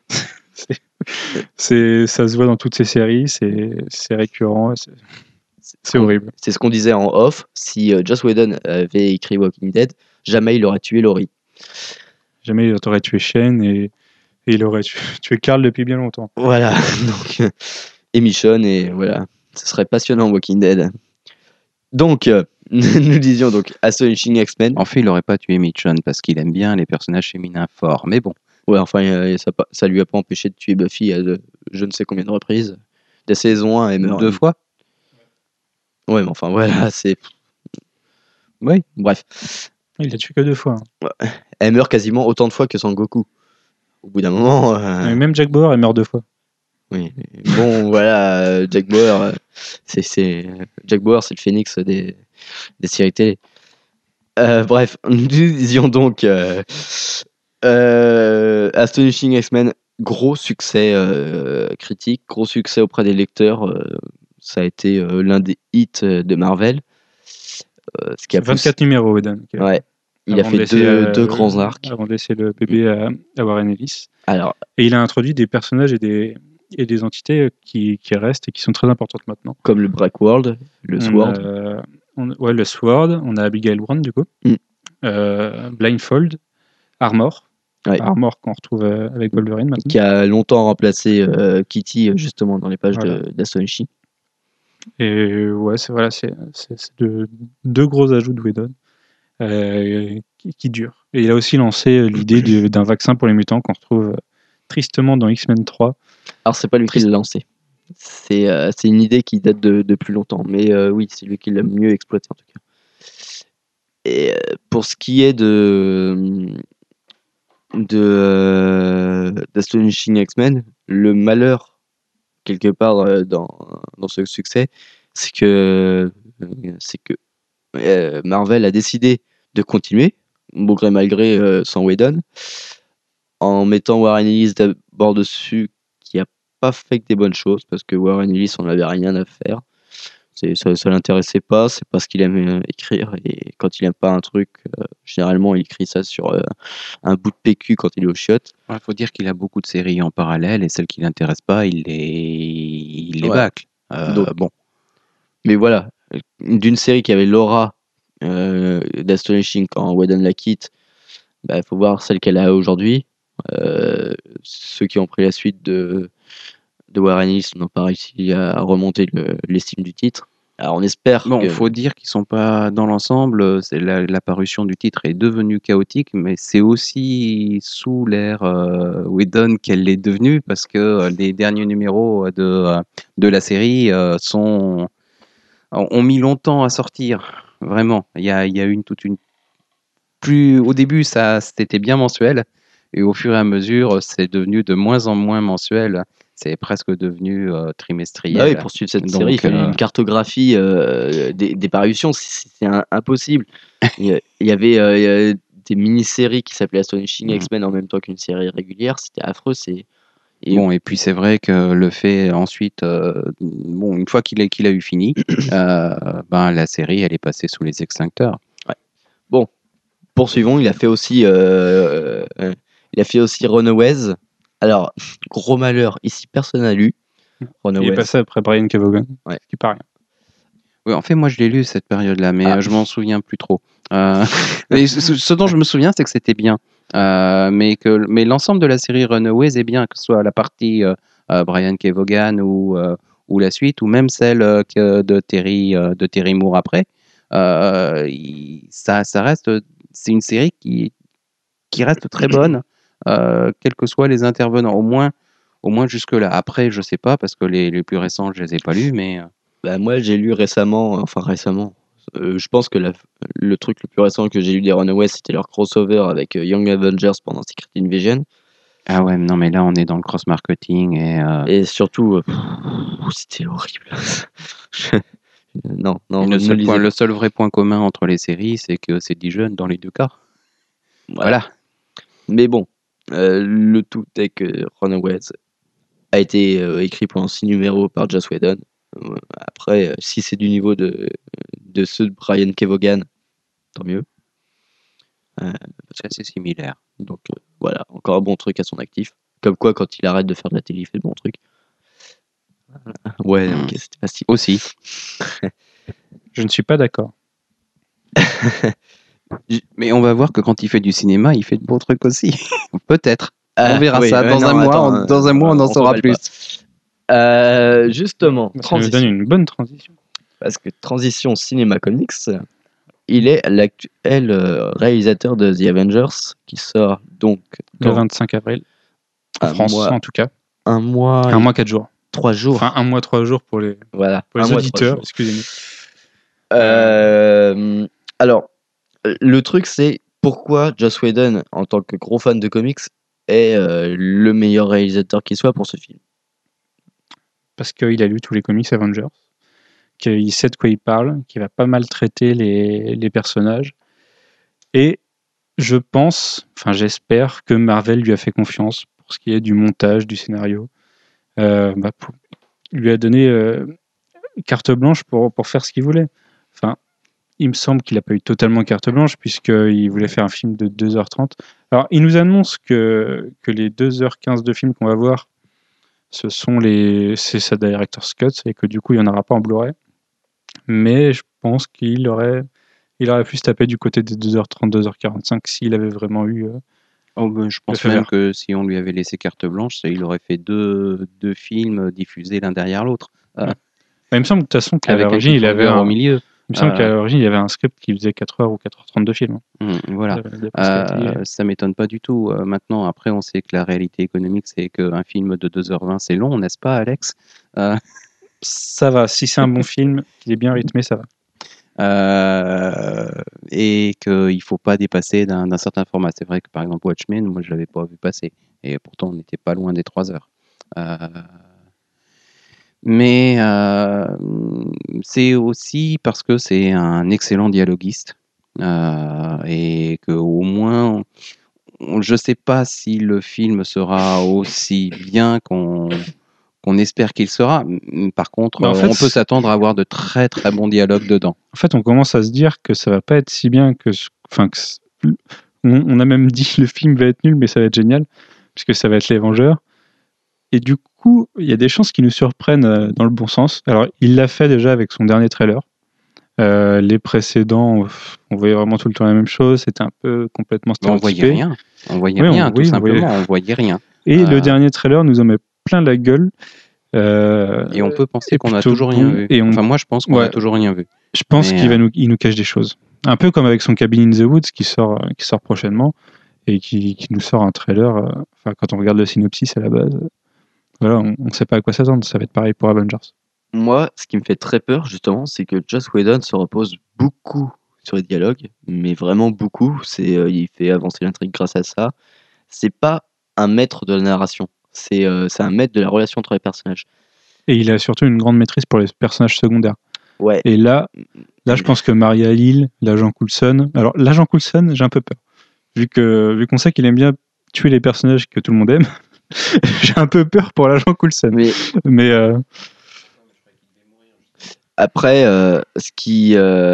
Ça se voit dans toutes ses séries, c'est récurrent, c'est horrible. C'est ce qu'on disait en off. Si Joss Whedon avait écrit Walking Dead, jamais il aurait tué Laurie. Jamais il aurait tué Shane et il aurait tué Carl depuis bien longtemps. Voilà, donc, et Michonne, et voilà. Ce serait passionnant, Walking Dead. Donc, nous disions donc Astonishing X-Men. En fait, il n'aurait pas tué Michonne parce qu'il aime bien les personnages féminins forts. Mais bon. Ouais, enfin, ça lui a pas empêché de tuer Buffy à je ne sais combien de reprises. De saison 1, elle meurt 2 fois. Ouais, mais enfin, voilà, c'est... Oui, bref. Il l'a tué que 2 fois. Elle meurt quasiment autant de fois que Sangoku. Au bout d'un moment... Mais même Jack Bauer, elle meurt 2 fois. Oui, bon, voilà, Jack Bauer, Jack Bauer, c'est le phénix des séries télé. Bref, nous disions donc Astonishing X-Men, gros succès critique, gros succès auprès des lecteurs. Ça a été l'un des hits de Marvel. Ce qui a 24 numéros, Whedon. Ouais, il a fait deux grands arcs. Avant de laisser le bébé à Warren Ellis. Alors, et il a introduit des personnages et des entités qui restent et qui sont très importantes maintenant. Comme le Black World, le Sword. Le Sword, on a Abigail Brown du coup. Blindfold, Armor. Ouais. Armor qu'on retrouve avec Wolverine maintenant. Qui a longtemps remplacé Kitty justement dans les pages d'Astonishing. Et ouais, c'est deux gros ajouts de Whedon qui durent. Et il a aussi lancé l'idée d'un vaccin pour les mutants qu'on retrouve tristement dans X-Men 3. Alors c'est pas lui qui l'a lancé. C'est une idée qui date de plus longtemps. Mais oui, c'est lui qui l'a mieux exploité en tout cas. Et pour ce qui est d'Astonishing X-Men, le malheur quelque part dans ce succès, c'est que Marvel a décidé de continuer, bon gré mal gré, sans Whedon, en mettant Warren Ellis d'abord dessus, qui a pas fait que des bonnes choses, parce que Warren Ellis, on n'avait rien à faire. Ça l'intéressait pas, c'est pas ce qu'il aime écrire, et quand il aime pas un truc, généralement il écrit ça sur un bout de PQ quand il est au chiottes. Il faut dire qu'il a beaucoup de séries en parallèle et celles qui l'intéressent pas, il les Ouais. bâcle. Donc, Bon, Mais voilà, d'une série qui avait l'aura d'Astonishing quand Whedon l'a quitte, il faut voir celle qu'elle a aujourd'hui. Ceux qui ont pris la suite de Warren Ellis n'ont pas réussi à remonter l'estime du titre. Alors on espère bon, que... faut dire qu'ils sont pas dans l'ensemble. C'est la parution du titre est devenue chaotique, mais c'est aussi sous l'ère Whedon qu'elle l'est devenue parce que les derniers numéros de la série ont mis longtemps à sortir. Vraiment, il y a une toute une au début c'était bien mensuel et au fur et à mesure c'est devenu de moins en moins mensuel. C'est presque devenu trimestriel. Bah oui, pour suivre cette série, il fallait une cartographie des parutions, c'est impossible. Il y avait des mini-séries qui s'appelaient Astonishing X-Men en même temps qu'une série régulière, c'était affreux. Et puis c'est vrai que le fait ensuite, une fois qu'il a eu fini, la série elle est passée sous les extincteurs. Ouais. Bon, poursuivons. Il a fait aussi Runaways. Alors, gros malheur, ici personne n'a lu Runaways. Il est passé après Brian Kevogan, Ouais. ce qui paraît. Oui, en fait, moi je l'ai lu cette période-là, mais je m'en souviens plus trop. Mais ce dont je me souviens, c'est que c'était bien. Mais l'ensemble de la série Runaways est bien, que ce soit la partie Brian Kevogan ou la suite, ou même celle de Terry Moore après. Ça reste, c'est une série qui reste très bonne, quels que soient les intervenants, au moins jusque-là. Après, je sais pas, parce que les plus récents, je les ai pas lus, mais... Moi, j'ai lu récemment. Je pense que le truc le plus récent que j'ai lu des Runaways, c'était leur crossover avec Young Avengers pendant Secret Invasion. Ah ouais, non, mais là, on est dans le cross-marketing et surtout, c'était horrible. Non, le seul vrai point commun entre les séries, c'est que c'est 10 jeunes dans les deux cas. Voilà. Mais bon, le tout est que Runaways a été écrit pendant 6 numéros par Joss Whedon. Après, si c'est du niveau de ceux de Brian Kevogan, tant mieux. C'est assez similaire. Donc voilà, encore un bon truc à son actif. Comme quoi, quand il arrête de faire de la télé, il fait de bons trucs. Ouais, ok, c'était facile. Aussi. Je ne suis pas d'accord. Mais on va voir que quand il fait du cinéma, il fait de bons trucs aussi. Peut-être. On verra ça. Dans un mois, on en saura plus. Justement, ça nous donne une bonne transition. Parce que transition cinéma comics, il est l'actuel réalisateur de The Avengers, qui sort donc le 25 avril, en France en tout cas. Un mois 4 jours. 3 jours. Enfin, 1 mois 3 jours pour les auditeurs, excusez-moi. Alors, le truc, c'est pourquoi Joss Whedon, en tant que gros fan de comics, est le meilleur réalisateur qui soit pour ce film. Parce qu'il a lu tous les comics Avengers, qu'il sait de quoi il parle, qu'il va pas mal traiter les personnages. Et je pense, j'espère que Marvel lui a fait confiance pour ce qui est du montage, du scénario. Lui a donné carte blanche pour faire ce qu'il voulait. Il me semble qu'il n'a pas eu totalement carte blanche, puisqu'il voulait faire un film de 2h30. Alors, il nous annonce que les 2h15 de film qu'on va voir, c'est sa director's cut, et que du coup, il n'y en aura pas en Blu-ray. Mais je pense qu'il aurait pu se taper du côté des 2h30, 2h45 s'il avait vraiment eu... je pense même que si on lui avait laissé carte blanche, il aurait fait deux films diffusés l'un derrière l'autre. Il me semble de toute façon qu'à l'origine, il avait au milieu. Il me semble qu'à l'origine, il y avait un script qui faisait 4h ou 4h30 de film. Voilà. Ça m'étonne pas du tout. Maintenant, après, on sait que la réalité économique, c'est qu'un film de 2h20, c'est long, n'est-ce pas, Alex? Ça va. Si c'est un bon film, qu'il est bien rythmé, ça va. Et qu'il ne faut pas dépasser d'un certain format. C'est vrai que, par exemple, Watchmen, moi, je ne l'avais pas vu passer. Et pourtant, on n'était pas loin des 3 heures. Mais c'est aussi parce que c'est un excellent dialoguiste et qu'au moins je sais pas si le film sera aussi bien qu'on espère qu'il sera. Par contre, Bah, en fait, on peut s'attendre à avoir de très très bons dialogues dedans. En fait, on commence à se dire que ça va pas être si bien on a même dit le film va être nul, mais ça va être génial, puisque ça va être Les Vengeurs. Et du coup, il y a des chances qui nous surprennent dans le bon sens. Alors, il l'a fait déjà avec son dernier trailer. Les précédents, on voyait vraiment tout le temps la même chose. C'était un peu complètement Mais on stéréotypé. voyait rien. On voyait Oui, rien, tout on simplement. voyait- On voyait rien. Et le dernier trailer nous en met plein la gueule. Et on peut penser qu'on a plutôt toujours rien bon, vu. et Enfin, moi, je pense qu'on a Ouais. toujours rien vu. Je pense Mais, qu'il nous cache des choses. Un peu comme avec son Cabin in the Woods qui sort prochainement et qui nous sort un trailer. Enfin, quand on regarde le synopsis à la base, voilà, on ne sait pas à quoi s'attendre. Ça va être pareil pour Avengers. Moi, ce qui me fait très peur, justement, c'est que Joss Whedon se repose beaucoup sur les dialogues, mais vraiment beaucoup. Il fait avancer l'intrigue grâce à ça. C'est pas un maître de la narration, c'est un maître de la relation entre les personnages. Et il a surtout une grande maîtrise pour les personnages secondaires. Ouais. Et là, je pense que Maria Hill, l'agent Coulson. Alors, l'agent Coulson, j'ai un peu peur. Vu qu'on sait qu'il aime bien tuer les personnages que tout le monde aime, j'ai un peu peur pour l'agent Coulson. Mais après, ce qui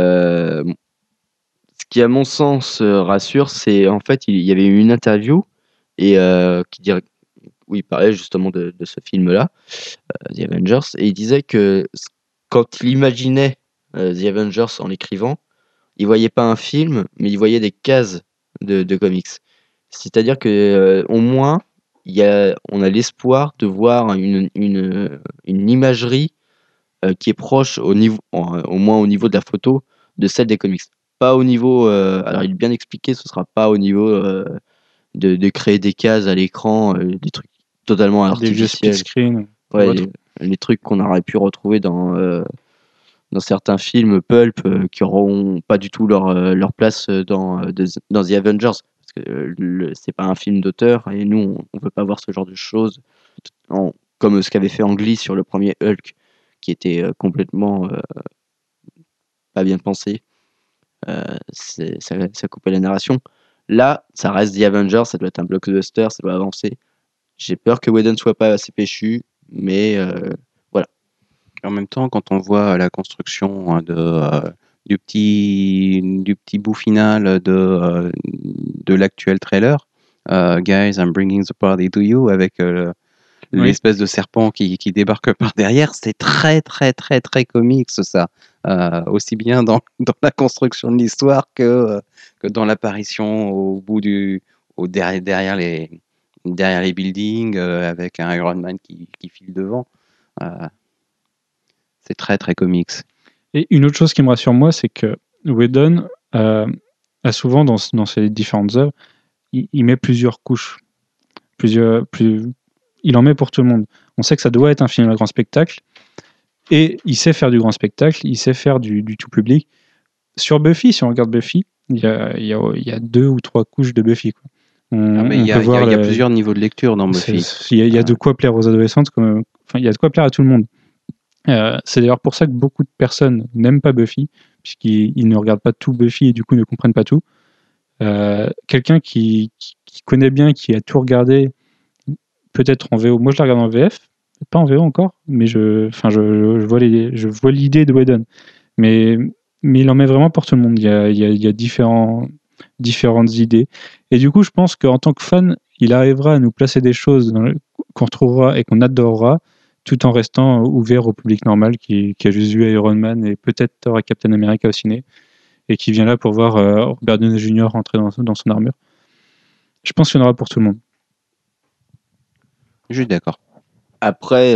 à mon sens rassure, c'est en fait il y avait eu une interview et où il parlait justement de ce film-là, The Avengers, et il disait que quand il imaginait The Avengers en l'écrivant, il voyait pas un film, mais il voyait des cases de comics. C'est-à-dire que au moins on a l'espoir de voir une imagerie qui est proche au moins au niveau de la photo de celle des comics. Pas au niveau, alors il est bien expliqué, ce sera pas au niveau de créer des cases à l'écran, des trucs totalement des vieux split artificiels. screen. Ouais, les trucs qu'on aurait pu retrouver dans certains films pulp qui auront pas du tout leur place dans The Avengers. Parce que c'est pas un film d'auteur et nous, on veut pas voir ce genre de choses. Comme ce qu'avait fait Ang Lee sur le premier Hulk, qui était complètement pas bien pensé. Ça coupait la narration. Là, ça reste The Avengers, ça doit être un blockbuster, ça doit avancer. J'ai peur que Whedon soit pas assez péchu, mais voilà. En même temps, quand on voit la construction du petit bout final de l'actuel trailer, Guys, I'm bringing the party to you, avec l'espèce de serpent qui débarque par derrière, c'est très très très très comique ça. Aussi bien dans la construction de l'histoire que dans l'apparition derrière les buildings avec un Iron Man qui file devant. C'est très très comics. Et une autre chose qui me rassure moi, c'est que Whedon a souvent dans ses différentes œuvres, il met plusieurs couches. Il en met pour tout le monde. On sait que ça doit être un film à grand spectacle, et il sait faire du grand spectacle, il sait faire du tout public. Sur Buffy, si on regarde Buffy, il y a 2 ou 3 couches de Buffy, quoi. Il y a plusieurs niveaux de lecture dans Buffy. Il y a de quoi plaire aux adolescentes, il y a de quoi plaire à tout le monde. C'est d'ailleurs pour ça que beaucoup de personnes n'aiment pas Buffy, puisqu'ils ne regardent pas tout Buffy et du coup ne comprennent pas tout. Quelqu'un qui connaît bien, qui a tout regardé, peut-être en VO. Moi, je la regarde en VF, pas en VO encore, mais je vois l'idée de Whedon. Mais il en met vraiment pour tout le monde. Il y a différentes idées. Et du coup, je pense qu'en tant que fan, il arrivera à nous placer des choses qu'on retrouvera et qu'on adorera, tout en restant ouvert au public normal qui a juste vu Iron Man et peut-être Thor et Captain America au ciné, et qui vient là pour voir Robert Downey Jr. rentrer dans son armure. Je pense qu'il y en aura pour tout le monde. Je suis d'accord. Après,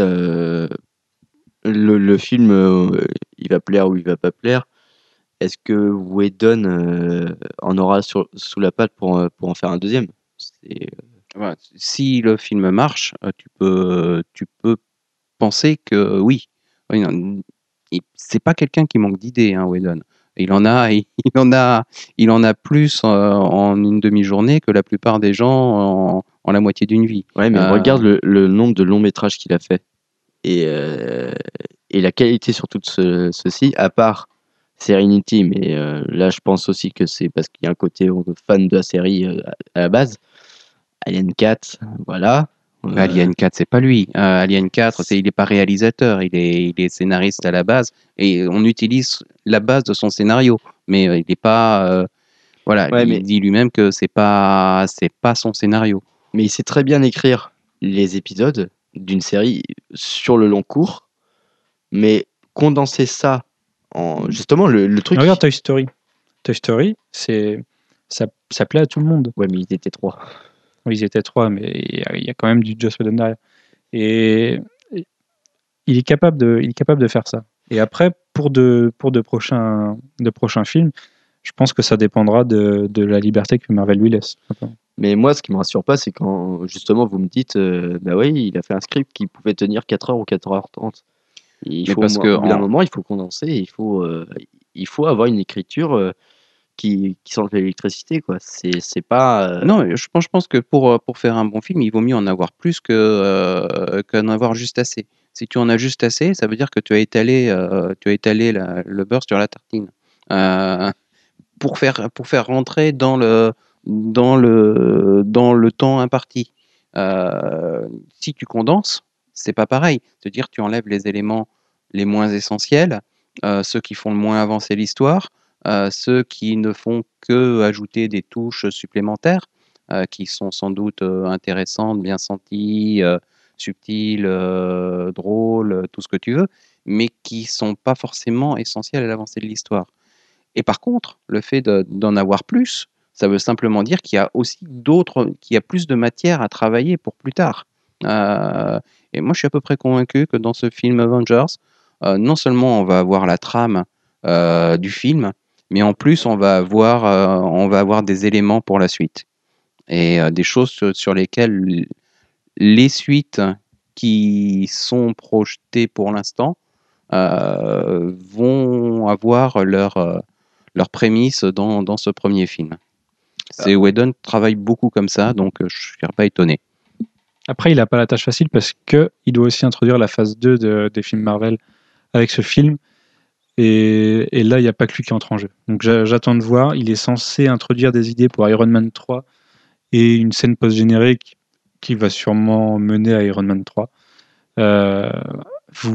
le film, il va plaire ou il va pas plaire. Est-ce que Whedon en aura sous la patte pour en faire un deuxième? Voilà. Si le film marche, tu peux penser que oui. Non, c'est pas quelqu'un qui manque d'idées, hein, Whedon. Il en a plus en une demi-journée que la plupart des gens en la moitié d'une vie. Ouais, mais regarde le nombre de longs métrages qu'il a fait et la qualité surtout de ceci, à part Serenity, mais là je pense aussi que c'est parce qu'il y a un côté fan de la série à la base. Alien 4, voilà. Alien 4, c'est pas lui. Alien 4, il n'est pas réalisateur, il est scénariste à la base. Et on utilise la base de son scénario. Mais il n'est pas. Voilà, Ouais, il mais- dit lui-même que c'est pas son scénario. Mais il sait très bien écrire les épisodes d'une série sur le long cours, mais condenser ça en. Justement, le truc. Regarde Toy Story. Toy Story, ça plaît à tout le monde. Ouais, mais ils étaient 3. Oui, ils étaient 3, mais il y a quand même du Joss Whedon derrière. Et il est capable de faire ça. Et après, pour de prochains films, je pense que ça dépendra de la liberté que Marvel lui laisse. Simplement. Mais moi, ce qui me rassure pas, c'est quand justement vous me dites, bah oui, il a fait un script qui pouvait tenir 4 heures ou 4h30. Il Mais faut, parce au que bout d'un moment, il faut condenser, il faut avoir une écriture qui sent l'électricité, quoi. C'est pas. Non, mais je pense que pour faire un bon film, il vaut mieux en avoir plus qu'en avoir juste assez. Si tu en as juste assez, ça veut dire que tu as étalé le beurre sur la tartine. Euh, pour faire rentrer dans le temps imparti. Si tu condenses, c'est pas pareil. C'est-à-dire tu enlèves les éléments les moins essentiels, ceux qui font le moins avancer l'histoire, ceux qui ne font que ajouter des touches supplémentaires, qui sont sans doute intéressantes, bien senties, subtiles, drôles, tout ce que tu veux, mais qui sont pas forcément essentielles à l'avancée de l'histoire. Et par contre, le fait d'en avoir plus, ça veut simplement dire qu'il y a aussi qu'il y a plus de matière à travailler pour plus tard. Et moi, je suis à peu près convaincu que dans ce film Avengers, non seulement on va avoir la trame du film, mais en plus on va avoir des éléments pour la suite et des choses sur lesquelles les suites qui sont projetées pour l'instant vont avoir leur prémisse dans ce premier film. Whedon travaille beaucoup comme ça, donc je ne serais pas étonné. Après, il n'a pas la tâche facile parce qu'il doit aussi introduire la phase 2 des films Marvel avec ce film. Et là, il n'y a pas que lui qui entre en jeu. Donc j'attends de voir. Il est censé introduire des idées pour Iron Man 3 et une scène post-générique qui va sûrement mener à Iron Man 3. Faut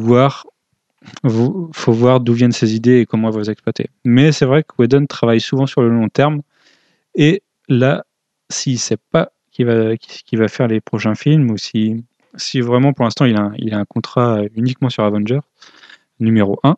voir d'où viennent ces idées et comment elles vont les exploiter. Mais c'est vrai que Whedon travaille souvent sur le long terme. Et là, s'il ne sait pas qui va faire les prochains films ou si vraiment pour l'instant il a un contrat uniquement sur Avengers numéro 1,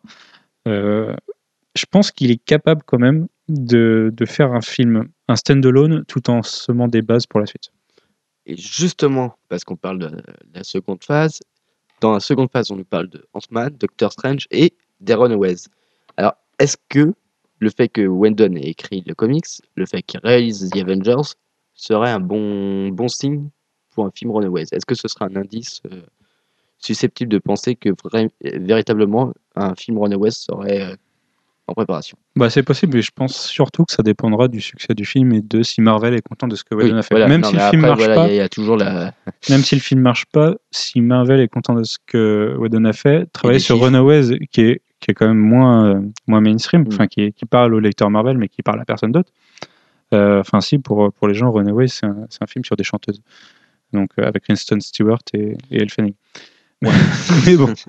je pense qu'il est capable quand même de faire un film, un stand-alone, tout en semant des bases pour la suite. Et justement, parce qu'on parle de la seconde phase, dans la seconde phase, on nous parle de Ant-Man, Doctor Strange et des Runaways. Alors, est-ce que le fait que Whedon ait écrit le comics, le fait qu'il réalise The Avengers, serait un bon signe pour un film Runaways? Est-ce que ce serait un indice susceptible de penser que véritablement un film Runaways serait en préparation? Bah, c'est possible, mais je pense surtout que ça dépendra du succès du film et de si Marvel est content de ce que Whedon a fait. Voilà. Même Non, si le mais film après, marche voilà, pas, il y a toujours la. même si le film marche pas, si Marvel est content de ce que Whedon a fait, travailler des sur chiffres. Runaways, qui est quand même moins mainstream, enfin qui parle aux lecteurs Marvel, mais qui parle à personne d'autre. Enfin, si, pour les gens, Runaways, c'est un film sur des chanteuses. Donc, avec Kristen Stewart et Elle Fanning. Ouais. Mais bon.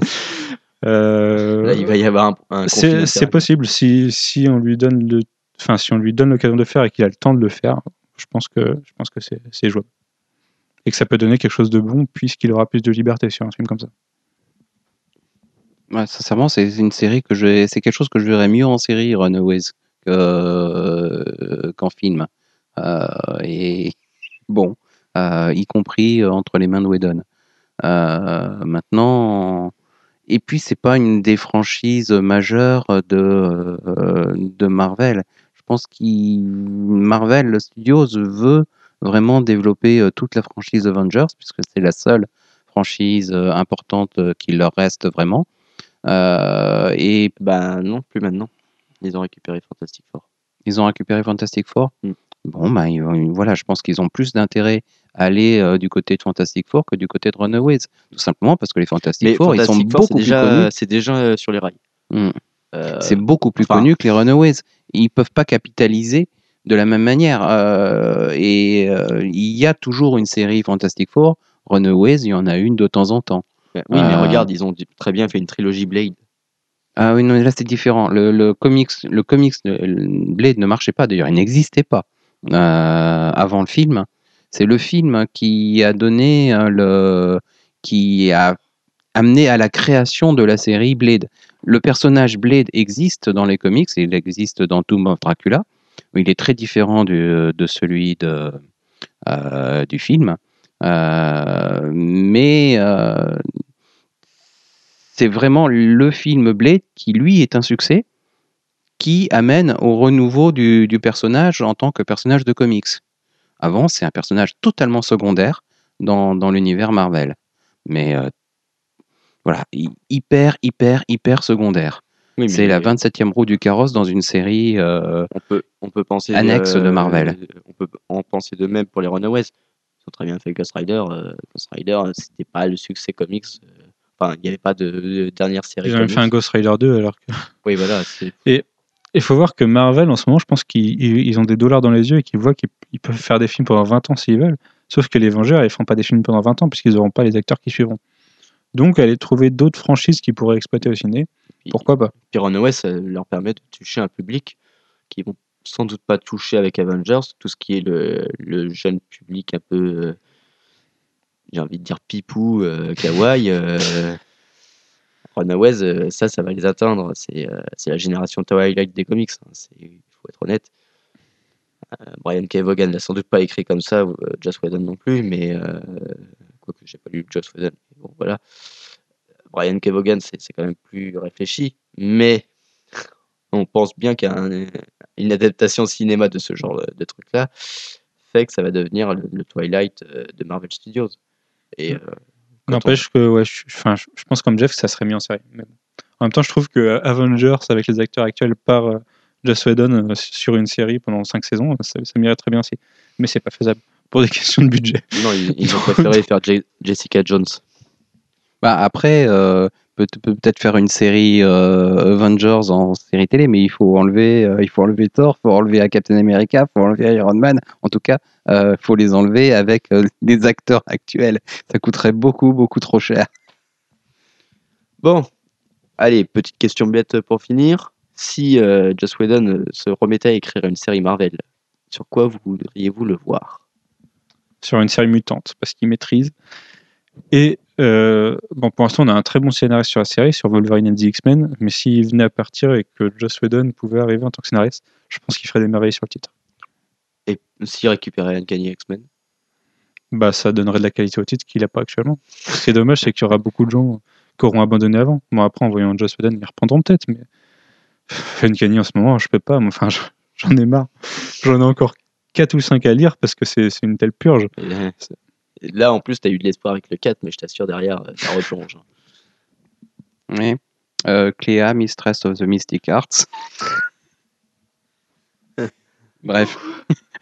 Là, il va y avoir un conflit c'est possible. Si on lui donne si on lui donne l'occasion de faire et qu'il a le temps de le faire, je pense que c'est jouable. Et que ça peut donner quelque chose de bon puisqu'il aura plus de liberté sur un film comme ça. Ouais, sincèrement, c'est quelque chose que je verrais mieux en série, Runaways, qu'en film. Et bon, y compris entre les mains de Whedon. Maintenant, et puis c'est pas une des franchises majeures de Marvel. Je pense que Marvel Studios veut vraiment développer toute la franchise Avengers, puisque c'est la seule franchise importante qui leur reste vraiment. Et bah non, plus maintenant. Ils ont récupéré Fantastic Four. Ils ont récupéré Fantastic Four. Bon, bah, voilà, je pense qu'ils ont plus d'intérêt à aller du côté de Fantastic Four que du côté de Runaways. Tout simplement parce que les Fantastic Four, ils sont beaucoup plus connus. C'est déjà sur les rails. C'est beaucoup plus connu que les Runaways. Ils ne peuvent pas capitaliser de la même manière. Il y a toujours une série Fantastic Four. Runaways, il y en a une de temps en temps. Oui, mais regarde, ils ont très bien fait une trilogie Blade. Ah oui, non, là c'est différent. Le comics Blade ne marchait pas, d'ailleurs, il n'existait pas avant le film. C'est le film qui a donné qui a amené à la création de la série Blade. Le personnage Blade existe dans les comics, il existe dans Tomb of Dracula, où il est très différent de celui du film. Mais c'est vraiment le film Blade qui, lui, est un succès, qui amène au renouveau du personnage en tant que personnage de comics. Avant, c'est un personnage totalement secondaire dans l'univers Marvel. Mais voilà, hyper secondaire. Oui, c'est la 27e roue du carrosse dans une série on peut penser annexe de Marvel. On peut en penser de même pour les Runaways. Ils ont très bien fait Ghost Rider. Ghost Rider, c'était pas le succès comics. Enfin, il n'y avait pas de dernière série. Ils ont fait un Ghost Rider 2 alors que. Oui, voilà. Et il faut voir que Marvel, en ce moment, je pense qu'ils ont des dollars dans les yeux et qu'ils voient qu'ils peuvent faire des films pendant 20 ans s'ils veulent. Sauf que les Vengeurs, ils ne feront pas des films pendant 20 ans puisqu'ils n'auront pas les acteurs qui suivront. Donc, aller trouver d'autres franchises qui pourraient exploiter au ciné, pourquoi pas. Puis Runaways, ça leur permet de toucher un public qui vont sans doute pas toucher avec Avengers, tout ce qui est le jeune public un peu, j'ai envie de dire pipou, kawaii. Runaways, ça va les atteindre. C'est la génération Twilight des comics. Il faut être honnête. Brian K. Vaughan l'a sans doute pas écrit comme ça, Joss Whedon non plus, mais quoique j'ai pas lu Joss Whedon. Bon, voilà. Brian K. Vaughan, c'est quand même plus réfléchi, mais on pense bien qu'une adaptation cinéma de ce genre de truc-là fait que ça va devenir le Twilight de Marvel Studios. Et n'empêche que je pense comme Jeff que ça serait mis en série. Mais bon. En même temps, je trouve que Avengers avec les acteurs actuels par Joss Whedon sur une série pendant 5 saisons, ça m'irait très bien aussi. Mais c'est pas faisable pour des questions de budget. Non, ils ont préféré faire Jessica Jones. Bah après, peut-être faire une série Avengers en série télé, mais il faut enlever Thor, il faut enlever Captain America, il faut enlever Iron Man. En tout cas, il faut les enlever avec les acteurs actuels. Ça coûterait beaucoup trop cher. Bon, allez, petite question bête pour finir. Si Joss Whedon se remettait à écrire une série Marvel, sur quoi voudriez-vous le voir ? Sur une série mutante, parce qu'il maîtrise. Et bon, pour l'instant, on a un très bon scénariste sur la série, sur Wolverine and the X-Men, mais s'il venait à partir et que Joss Whedon pouvait arriver en tant que scénariste, je pense qu'il ferait des merveilles sur le titre. Et s'il récupérait Uncanny X-Men ? Bah, ça donnerait de la qualité au titre qu'il n'a pas actuellement. Ce qui est dommage, c'est qu'il y aura beaucoup de gens qui auront abandonné avant. Bon, après, en voyant Joss Whedon, ils reprendront peut-être, mais Uncanny en ce moment, je peux pas. Enfin, j'en ai marre. J'en ai encore 4 ou 5 à lire parce que c'est une telle purge. Et là, en plus, tu as eu de l'espoir avec le 4, mais je t'assure, derrière, ça replonge. Oui. Cléa, Mistress of the Mystic Arts. Bref. Pourquoi ?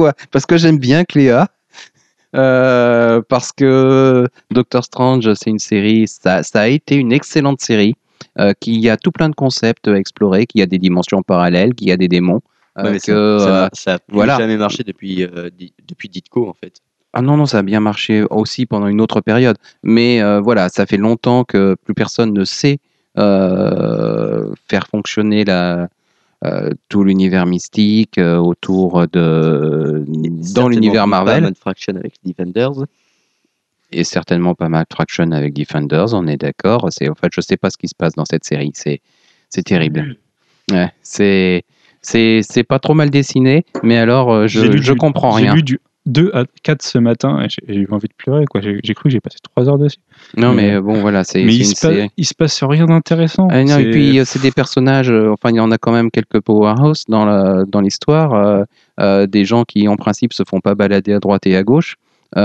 Parce que j'aime bien Cléa. Parce que Doctor Strange, c'est une série, ça a été une excellente série, qui a tout plein de concepts à explorer, qui a des dimensions parallèles, qui a des démons. Mais ça n'a jamais marché depuis Ditko, en fait. Ah non, ça a bien marché aussi pendant une autre période. Mais voilà, ça fait longtemps que plus personne ne sait faire fonctionner tout l'univers mystique autour dans l'univers Marvel. Pas Mad Fraction avec Defenders. Et certainement pas Mad Fraction avec Defenders, on est d'accord. En fait, je sais pas ce qui se passe dans cette série. C'est terrible. Ouais, c'est pas trop mal dessiné, mais alors je comprends rien. J'ai lu du 2 à 4 ce matin et j'ai eu envie de pleurer, quoi. J'ai cru que j'ai passé 3 heures dessus. Non, mais bon, voilà, mais il se passe rien d'intéressant. Ah, non, et puis c'est des personnages, enfin il y en a quand même quelques powerhouse dans l'histoire, des gens qui en principe se font pas balader à droite et à gauche,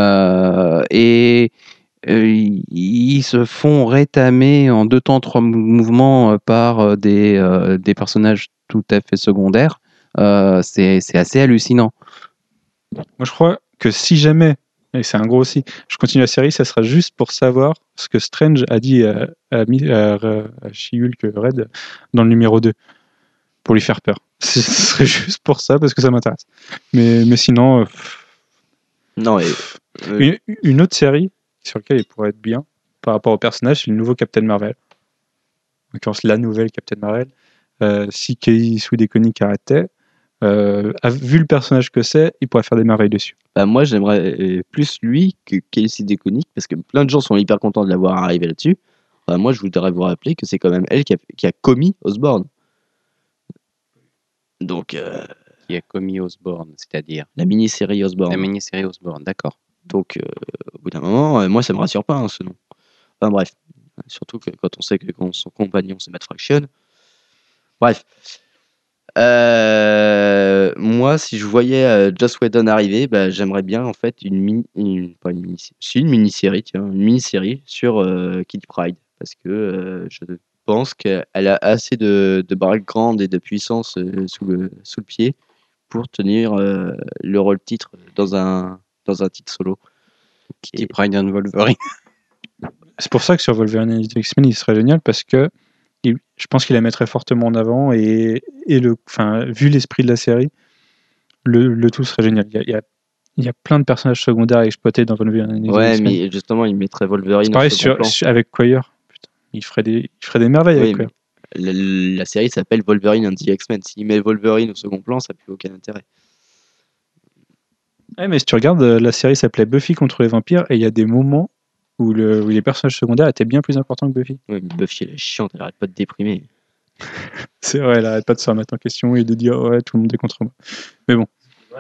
et ils se font rétamer en 2 temps 3 mouvements par des personnages tout à fait secondaires. C'est assez hallucinant. Moi, je crois que si jamais, et c'est un gros si, je continue la série, ça sera juste pour savoir ce que Strange a dit à She-Hulk Red dans le numéro 2, pour lui faire peur. Ce serait juste pour ça, parce que ça m'intéresse. Mais sinon, Non, et, une autre série sur laquelle il pourrait être bien par rapport au personnage, c'est le nouveau Captain Marvel. En l'occurrence, la nouvelle Captain Marvel. Si Kei Sudekoni Karate, vu le personnage que c'est, il pourrait faire des merveilles dessus. bah, moi, j'aimerais plus lui que Kelsey DeConnick, parce que plein de gens sont hyper contents de l'avoir arrivé là-dessus. Bah, moi, je voudrais vous rappeler que c'est quand même elle qui a commis Osborn. Donc, Qui a commis Osborn, c'est-à-dire la mini-série Osborn. la mini-série Osborn, d'accord. Donc, au bout d'un moment, moi, ça me rassure pas, hein, ce nom. Enfin, bref. Surtout que quand on sait que quand son compagnon, c'est Matt Fraction. Bref. Moi, si je voyais Joss Whedon arriver, bah, j'aimerais bien, en fait, une mini-série, tiens, une mini-série sur Kitty Pryde. Parce que je pense qu'elle a assez de background et de puissance sous le pied pour tenir le rôle titre dans un titre solo. Kitty Pryde and Wolverine. C'est pour ça que sur Wolverine et X-Men, il serait génial, parce que je pense qu'il la mettrait fortement en avant, et vu l'esprit de la série, le tout serait génial. Il y a plein de personnages secondaires à exploiter dans Wolverine et Ouais, X-Men. mais justement, il mettrait Wolverine C'est pareil en second plan. avec Quire. Putain, il ferait des merveilles Oui, avec Quire. La série s'appelle Wolverine and the X-Men. S'il met Wolverine au second plan, ça n'a plus aucun intérêt. Ouais, mais si tu regardes, la série s'appelait Buffy contre les vampires, et il y a des moments où les personnages secondaires étaient bien plus importants que Buffy. Oui, mais Buffy, elle est chiante, elle arrête pas de déprimer. C'est vrai, elle arrête pas de se remettre en question et de dire ouais, tout le monde est contre moi. Mais bon.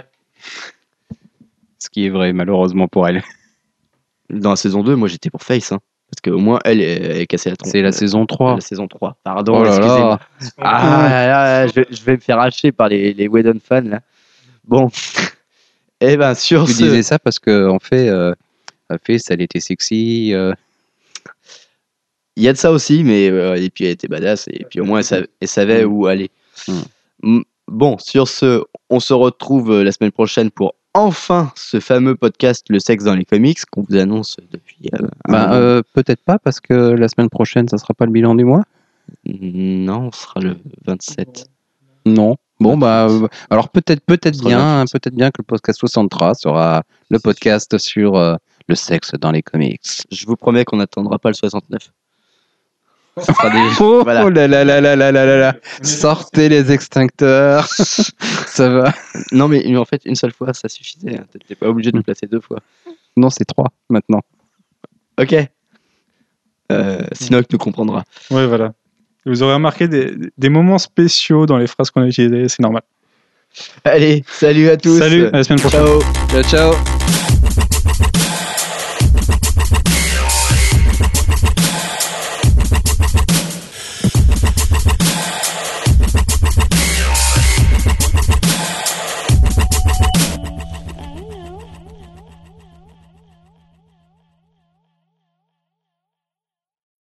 Ce qui est vrai, malheureusement pour elle. Dans la saison 2, moi j'étais pour Face. Hein, parce qu'au moins, elle est cassée la tronche. C'est la saison 3. La saison 3. Pardon, Oh là excusez-moi. là. Ah là là, je vais me faire hacher par les Whedon fans là. Bon. Eh ben, sur Tu ce. disais ça parce que en fait, elle était sexy. Il y a de ça aussi, mais et puis elle était badass, et puis au moins elle savait où aller. Bon, sur ce, on se retrouve la semaine prochaine pour enfin ce fameux podcast Le sexe dans les comics qu'on vous annonce depuis. Peut-être pas, parce que la semaine prochaine, ça sera pas le bilan du mois. Non, on sera le 27. Non. Bon, alors peut-être bien, que le podcast 63 sera le podcast sur le sexe dans les comics. Je vous promets qu'on n'attendra pas le 69. Oh Voilà. là là là là là là là. Sortez les extincteurs. Ça va. Non, mais en fait, une seule fois, ça suffisait. Hein. T'es pas obligé de le placer 2 fois. Non, c'est 3 maintenant. Ok. Sinoc nous comprendra. Ouais, voilà. Vous aurez remarqué des moments spéciaux dans les phrases qu'on a utilisées, c'est normal. Allez, salut à tous. Salut, à la semaine prochaine. Ciao. Ciao, ciao.